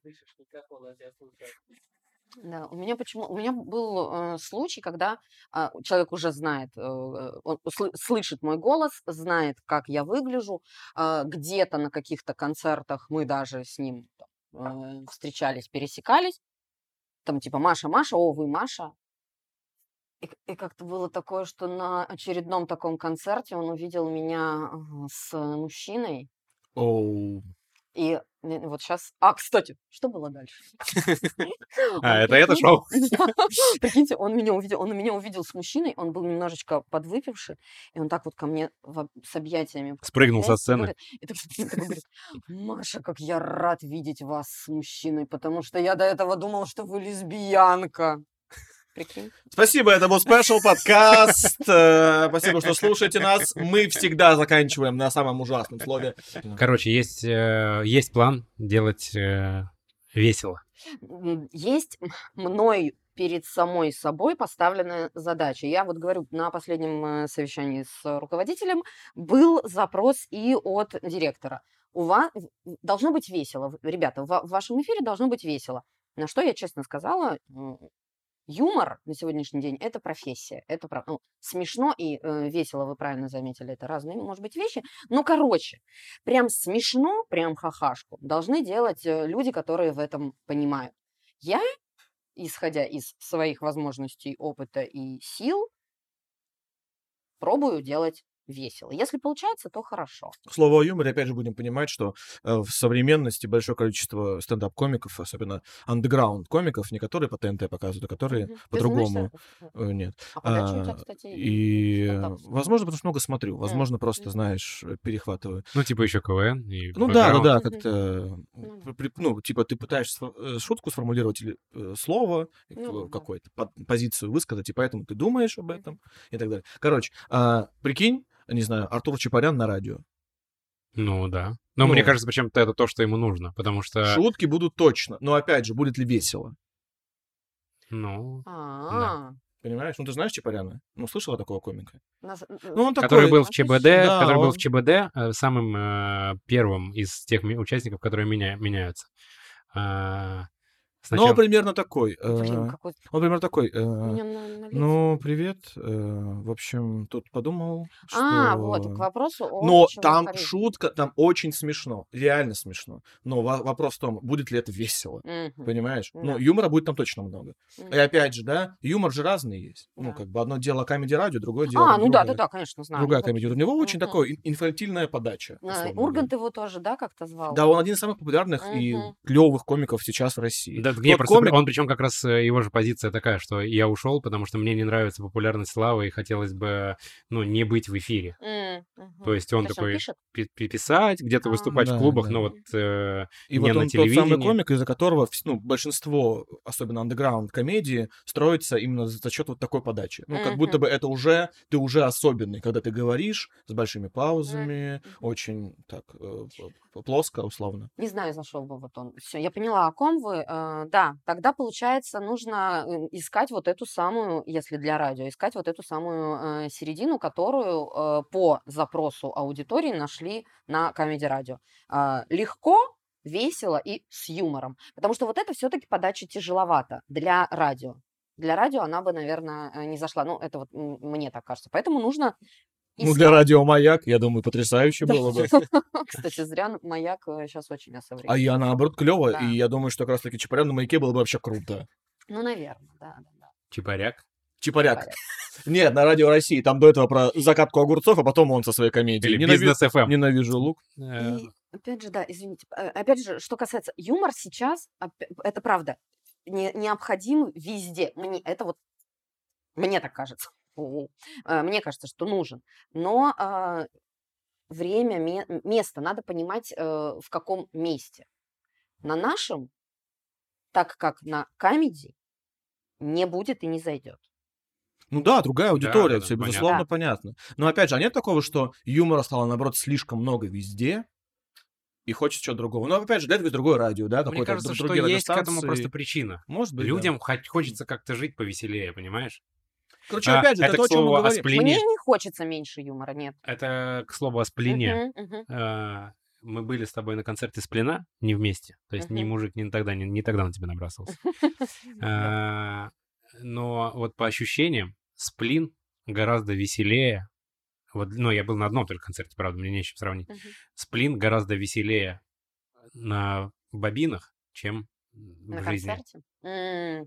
Да, у меня почему у меня был э, случай, когда а, человек уже знает, э, он услы- слышит мой голос, знает, как я выгляжу. а, Где-то на каких-то концертах мы даже с ним там, э, встречались, пересекались. Там типа Маша, Маша, о, вы Маша. И, к- и как-то было такое, что на очередном таком концерте он увидел меня ага, с мужчиной. Оу. И э, вот сейчас... А, кстати, что было дальше? А, Он, это это прикинь, шоу? прикиньте, он меня увидел, он меня увидел с мужчиной, он был немножечко подвыпивший, и он так вот ко мне в- с объятиями Спрыгнул со подбегает и сцены. говорит, и так- и такой говорит: Маша, как я рад видеть вас с мужчиной, потому что я до этого думал, что вы лесбиянка. Прикинь? Спасибо, это был спешл подкаст. Э, Спасибо, что слушаете нас. Мы всегда заканчиваем на самом ужасном слове. Короче, есть, э, есть план делать э, весело. М, Есть мной перед самой собой поставленная задача. Я вот говорю, на последнем э, совещании с руководителем был запрос и от директора. У вас должно быть весело. В- Ребята, в ва- в вашем эфире должно быть весело. На что я честно сказала, м, юмор на сегодняшний день – это профессия. Это прав- ну, смешно и э, весело, вы правильно заметили, это разные, может быть, вещи. Но, короче, прям смешно, прям хахашку должны делать э, люди, которые в этом понимают. Я, исходя из своих возможностей, опыта и сил, пробую делать весело. Если получается, то хорошо. К слову о юморе, опять же, будем понимать, что э, в современности большое количество стендап-комиков, особенно андеграунд-комиков, не которые по ТНТ показывают, а которые Мгм. Ты по-другому. занимаешься? э, Нет. А подача у тебя, А, кстати, И, стендап. э, возможно, потому что много смотрю. М, Возможно, просто, мгм. знаешь, э, перехватываю. Ну, типа еще КВН и Ну да, да, бэкграунд. да, Мгм. как-то, Ну э, да. при- ну, типа ты пытаешься сфо- э, шутку сформулировать или э, слово, э, Ну да, да. какую-то под- позицию высказать, и поэтому ты думаешь об Мгм. этом и так далее. Короче, а, прикинь, не знаю, Артур Чапарян на радио. Ну, да. Но мне Ну, кажется, почему-то это то, что ему нужно, потому что, шутки будут точно, но опять же, будет ли весело? ну, да. А, Понимаешь? Ну, ты знаешь Чапаряна? Ну, слышала такого комика? нас- н- Ну, он Который такой, был в отлично. ЧБД, да, который был в он... ЧБД, э, самым э, первым из тех ми- участников, которые меня, меняются. А, Ну, он Сначала... примерно такой. Блин, э, какой... Он примерно такой. У э, меня на, на лице. Ну, привет. э, В общем, тут подумал, А, вот, к что... вопросу о Но пищевой там харизме. шутка, там очень смешно, реально смешно. Но во- вопрос в том, будет ли это весело, Мгм. понимаешь? Ну, Да. юмора будет там точно много. И Мгм. опять же, да, юмор же разный есть. Ну, Да. как бы одно дело комедий-радио, другое дело А, там ну да, да, другая, да, конечно, знаю. Ну, другая как... комедия. У него очень Мгм. такая ин- инфантильная подача, А, условно Ургант говоря. его тоже, да, как-то звал? Да, он один из самых популярных и Мгм. клевых комиков сейчас в России. Да, не, Тот просто при- комик, он причем как раз э, его же позиция такая, что я ушел, потому что мне не нравится популярность славы и хотелось бы, ну, не быть в эфире. М, То мгм. есть он То есть он такой пишет? пи- пи- писать, где-то А, выступать в да, клубах, да. но вот э, И не вот на он тот самый телевидении. комик, из-за которого вс- ну, большинство, особенно андеграунд комедии, строится именно за счет вот такой подачи. Ну, как будто Мгм. бы это уже, ты уже особенный, когда ты говоришь с большими паузами, Мгм. очень так э, п- п- плоско, условно. Не знаю, зашел бы вот он. Все, я поняла, о ком вы. Э, Да, тогда, получается, нужно э, искать вот эту самую, если для радио, искать вот эту самую э, середину, которую э, по запросу аудитории нашли на Comedy Radio. А, Легко, весело и с юмором. Потому что вот это все-таки подача тяжеловато для радио. Для радио она бы, наверное, э, не зашла. Ну, это вот м, мне так кажется. Поэтому нужно Ну, для искать. радио «Маяк», я думаю, потрясающе Да. было бы. Кстати, зря Маяк сейчас очень А осовременился. я, наоборот, клево, Да. и я думаю, что как раз-таки Чапарян на «Маяке» было бы вообще круто. Ну, наверное, да, да, да. Чапаряк. Чапаряк. Порядок. Нет, на Радио России. Там до этого про закатку огурцов, а потом он со своей комедией. Или Ненави- Бизнес эф эм. Ненавижу лук. Э, И опять же, да, извините, э, опять же, что касается юмор сейчас, опя- это правда, не- необходим везде. Мне это вот, мне так кажется. О, э, Мне кажется, что нужен. Но а, время, ме- место, надо понимать, э, в каком месте. На нашем, так как на комедии, не будет и не зайдет. Ну да, другая аудитория, Да-да-да, все понятно. безусловно Да. понятно. Но опять же, а нет такого, что юмора стало, наоборот, слишком много везде, и хочется чего-то другого. Но опять же, для этого есть другое радио, да, Мне какое-то кажется, друг- что другие есть к этому просто радиостанции. причина. Может быть, да. Людям хо- хочется как-то жить повеселее, понимаешь? Короче, А, опять же, это это, то, к о чем мы слову, о говорим. сплине. Мне не хочется меньше юмора, нет. Это, к слову, о сплине. Мгм, мгм, А, Мы были с тобой на концерте сплина, не вместе. То есть ни мгм. мужик не тогда, не, не тогда на тебя набрасывался. Да. А, Но вот по ощущениям, сплин гораздо веселее. Вот, ну, я был на одном только концерте, правда, мне не с чем сравнить. Мгм. Сплин гораздо веселее на бобинах, чем На в жизни. концерте? М.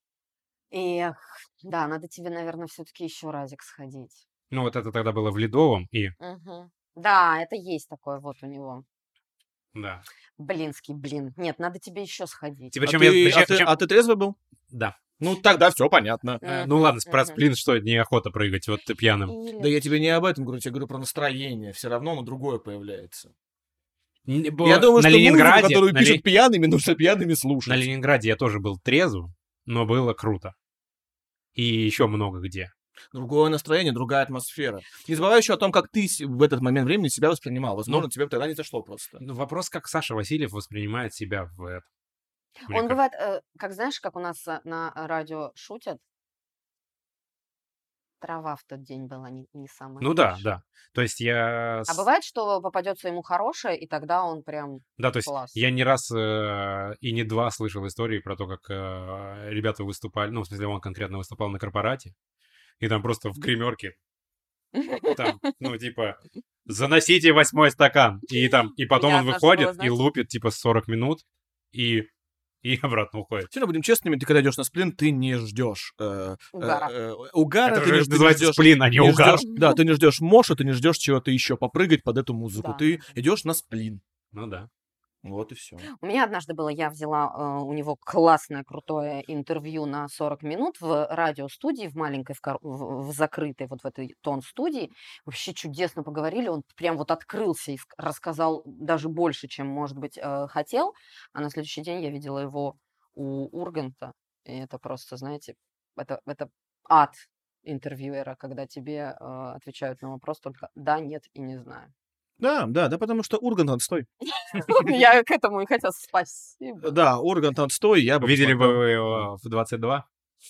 Эх, да, надо тебе, наверное, все-таки еще разик сходить. Ну, вот это тогда было в Ледовом, и Мгм. Да, это есть такое вот у него. да. Блинский блин. Нет, надо тебе еще сходить. И А причем я... ты, причем- а, ты, причем- а ты трезвый был? Да. Ну, тогда все понятно. Э, Мгм, Ну ладно, про мгм. сплин что, неохота прыгать, вот ты пьяным. Или- Да я тебе не об этом говорю, я тебе говорю про настроение. Все равно оно другое появляется. Н- бо- Я думаю, на что Ленинграде, музыку, которую на, пишут Ле- пьяными, нужно пьяными на слушать. Ленинграде я тоже был трезв, но было круто. И еще много где. Другое настроение, другая атмосфера. Не забывай еще о том, как ты с- в этот момент времени себя воспринимал. Возможно, Ну. тебе бы тогда не зашло просто. Ну, вопрос, как Саша Васильев воспринимает себя в этом. Мне Он кажется. бывает, э, как знаешь, как у нас э, на радио шутят, трава в тот день была не, не самая Ну да, лучшая. да. То есть я... А с- бывает, что попадется ему хорошее, и тогда он прям Да, то есть класс. я не раз э, и не два слышал истории про то, как э, ребята выступали, ну, в смысле, он конкретно выступал на корпорате, и там просто в гримерке, там, ну, типа, заносите восьмой стакан, и там, и потом Меня он однажды выходит было, и знаете- лупит, типа, сорок минут, и и обратно уходит. Все равно будем честными, ты когда идешь на сплин, ты не ждешь э, Угара. э, э, угара. Это ты же не- ты не называется ждёшь- сплин, а не не угар. ждёшь- Да, ты не ждешь моша, ты не ждешь чего-то еще попрыгать под эту музыку. Да. Ты идешь на сплин. Ну да. Вот и все. У меня однажды было, я взяла э, у него классное, крутое интервью на сорок минут в радиостудии, в маленькой, в, кор- в- в закрытой, вот в этой тон-студии. Вообще чудесно поговорили, он прям вот открылся и ск- рассказал даже больше, чем, может быть, э, хотел. А на следующий день я видела его у Урганта, и это просто, знаете, это, это ад интервьюера, когда тебе э, отвечают на вопрос только «да», «нет» и «не знаю». Да, да, да, потому что Ургант отстой. Я к этому и хотела. Спасибо. Да, Ургант отстой, я бы Видели бы посмотрел. вы его в двадцать два?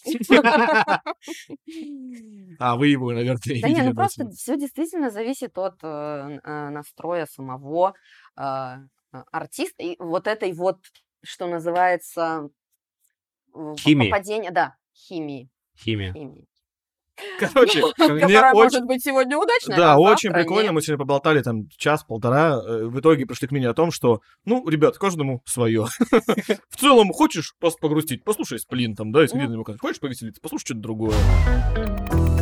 А, вы его, наверное, Да не, видели, ну да, просто см- все действительно зависит от э, н- э, настроя самого э, э, артиста и вот этой вот, что называется, э, Химии. попадение, да, химии, Химия. химии. Короче, мне Которая очень... может быть сегодня удачная, Да, а очень завтра прикольно. нет. Мы сегодня поболтали там час-полтора. э, В итоге пришли к мнению о том, что, ну, ребят, каждому свое. В целом, хочешь просто погрустить, послушай сплин там, да, и Ну. ему Хочешь повеселиться, послушай что-то другое.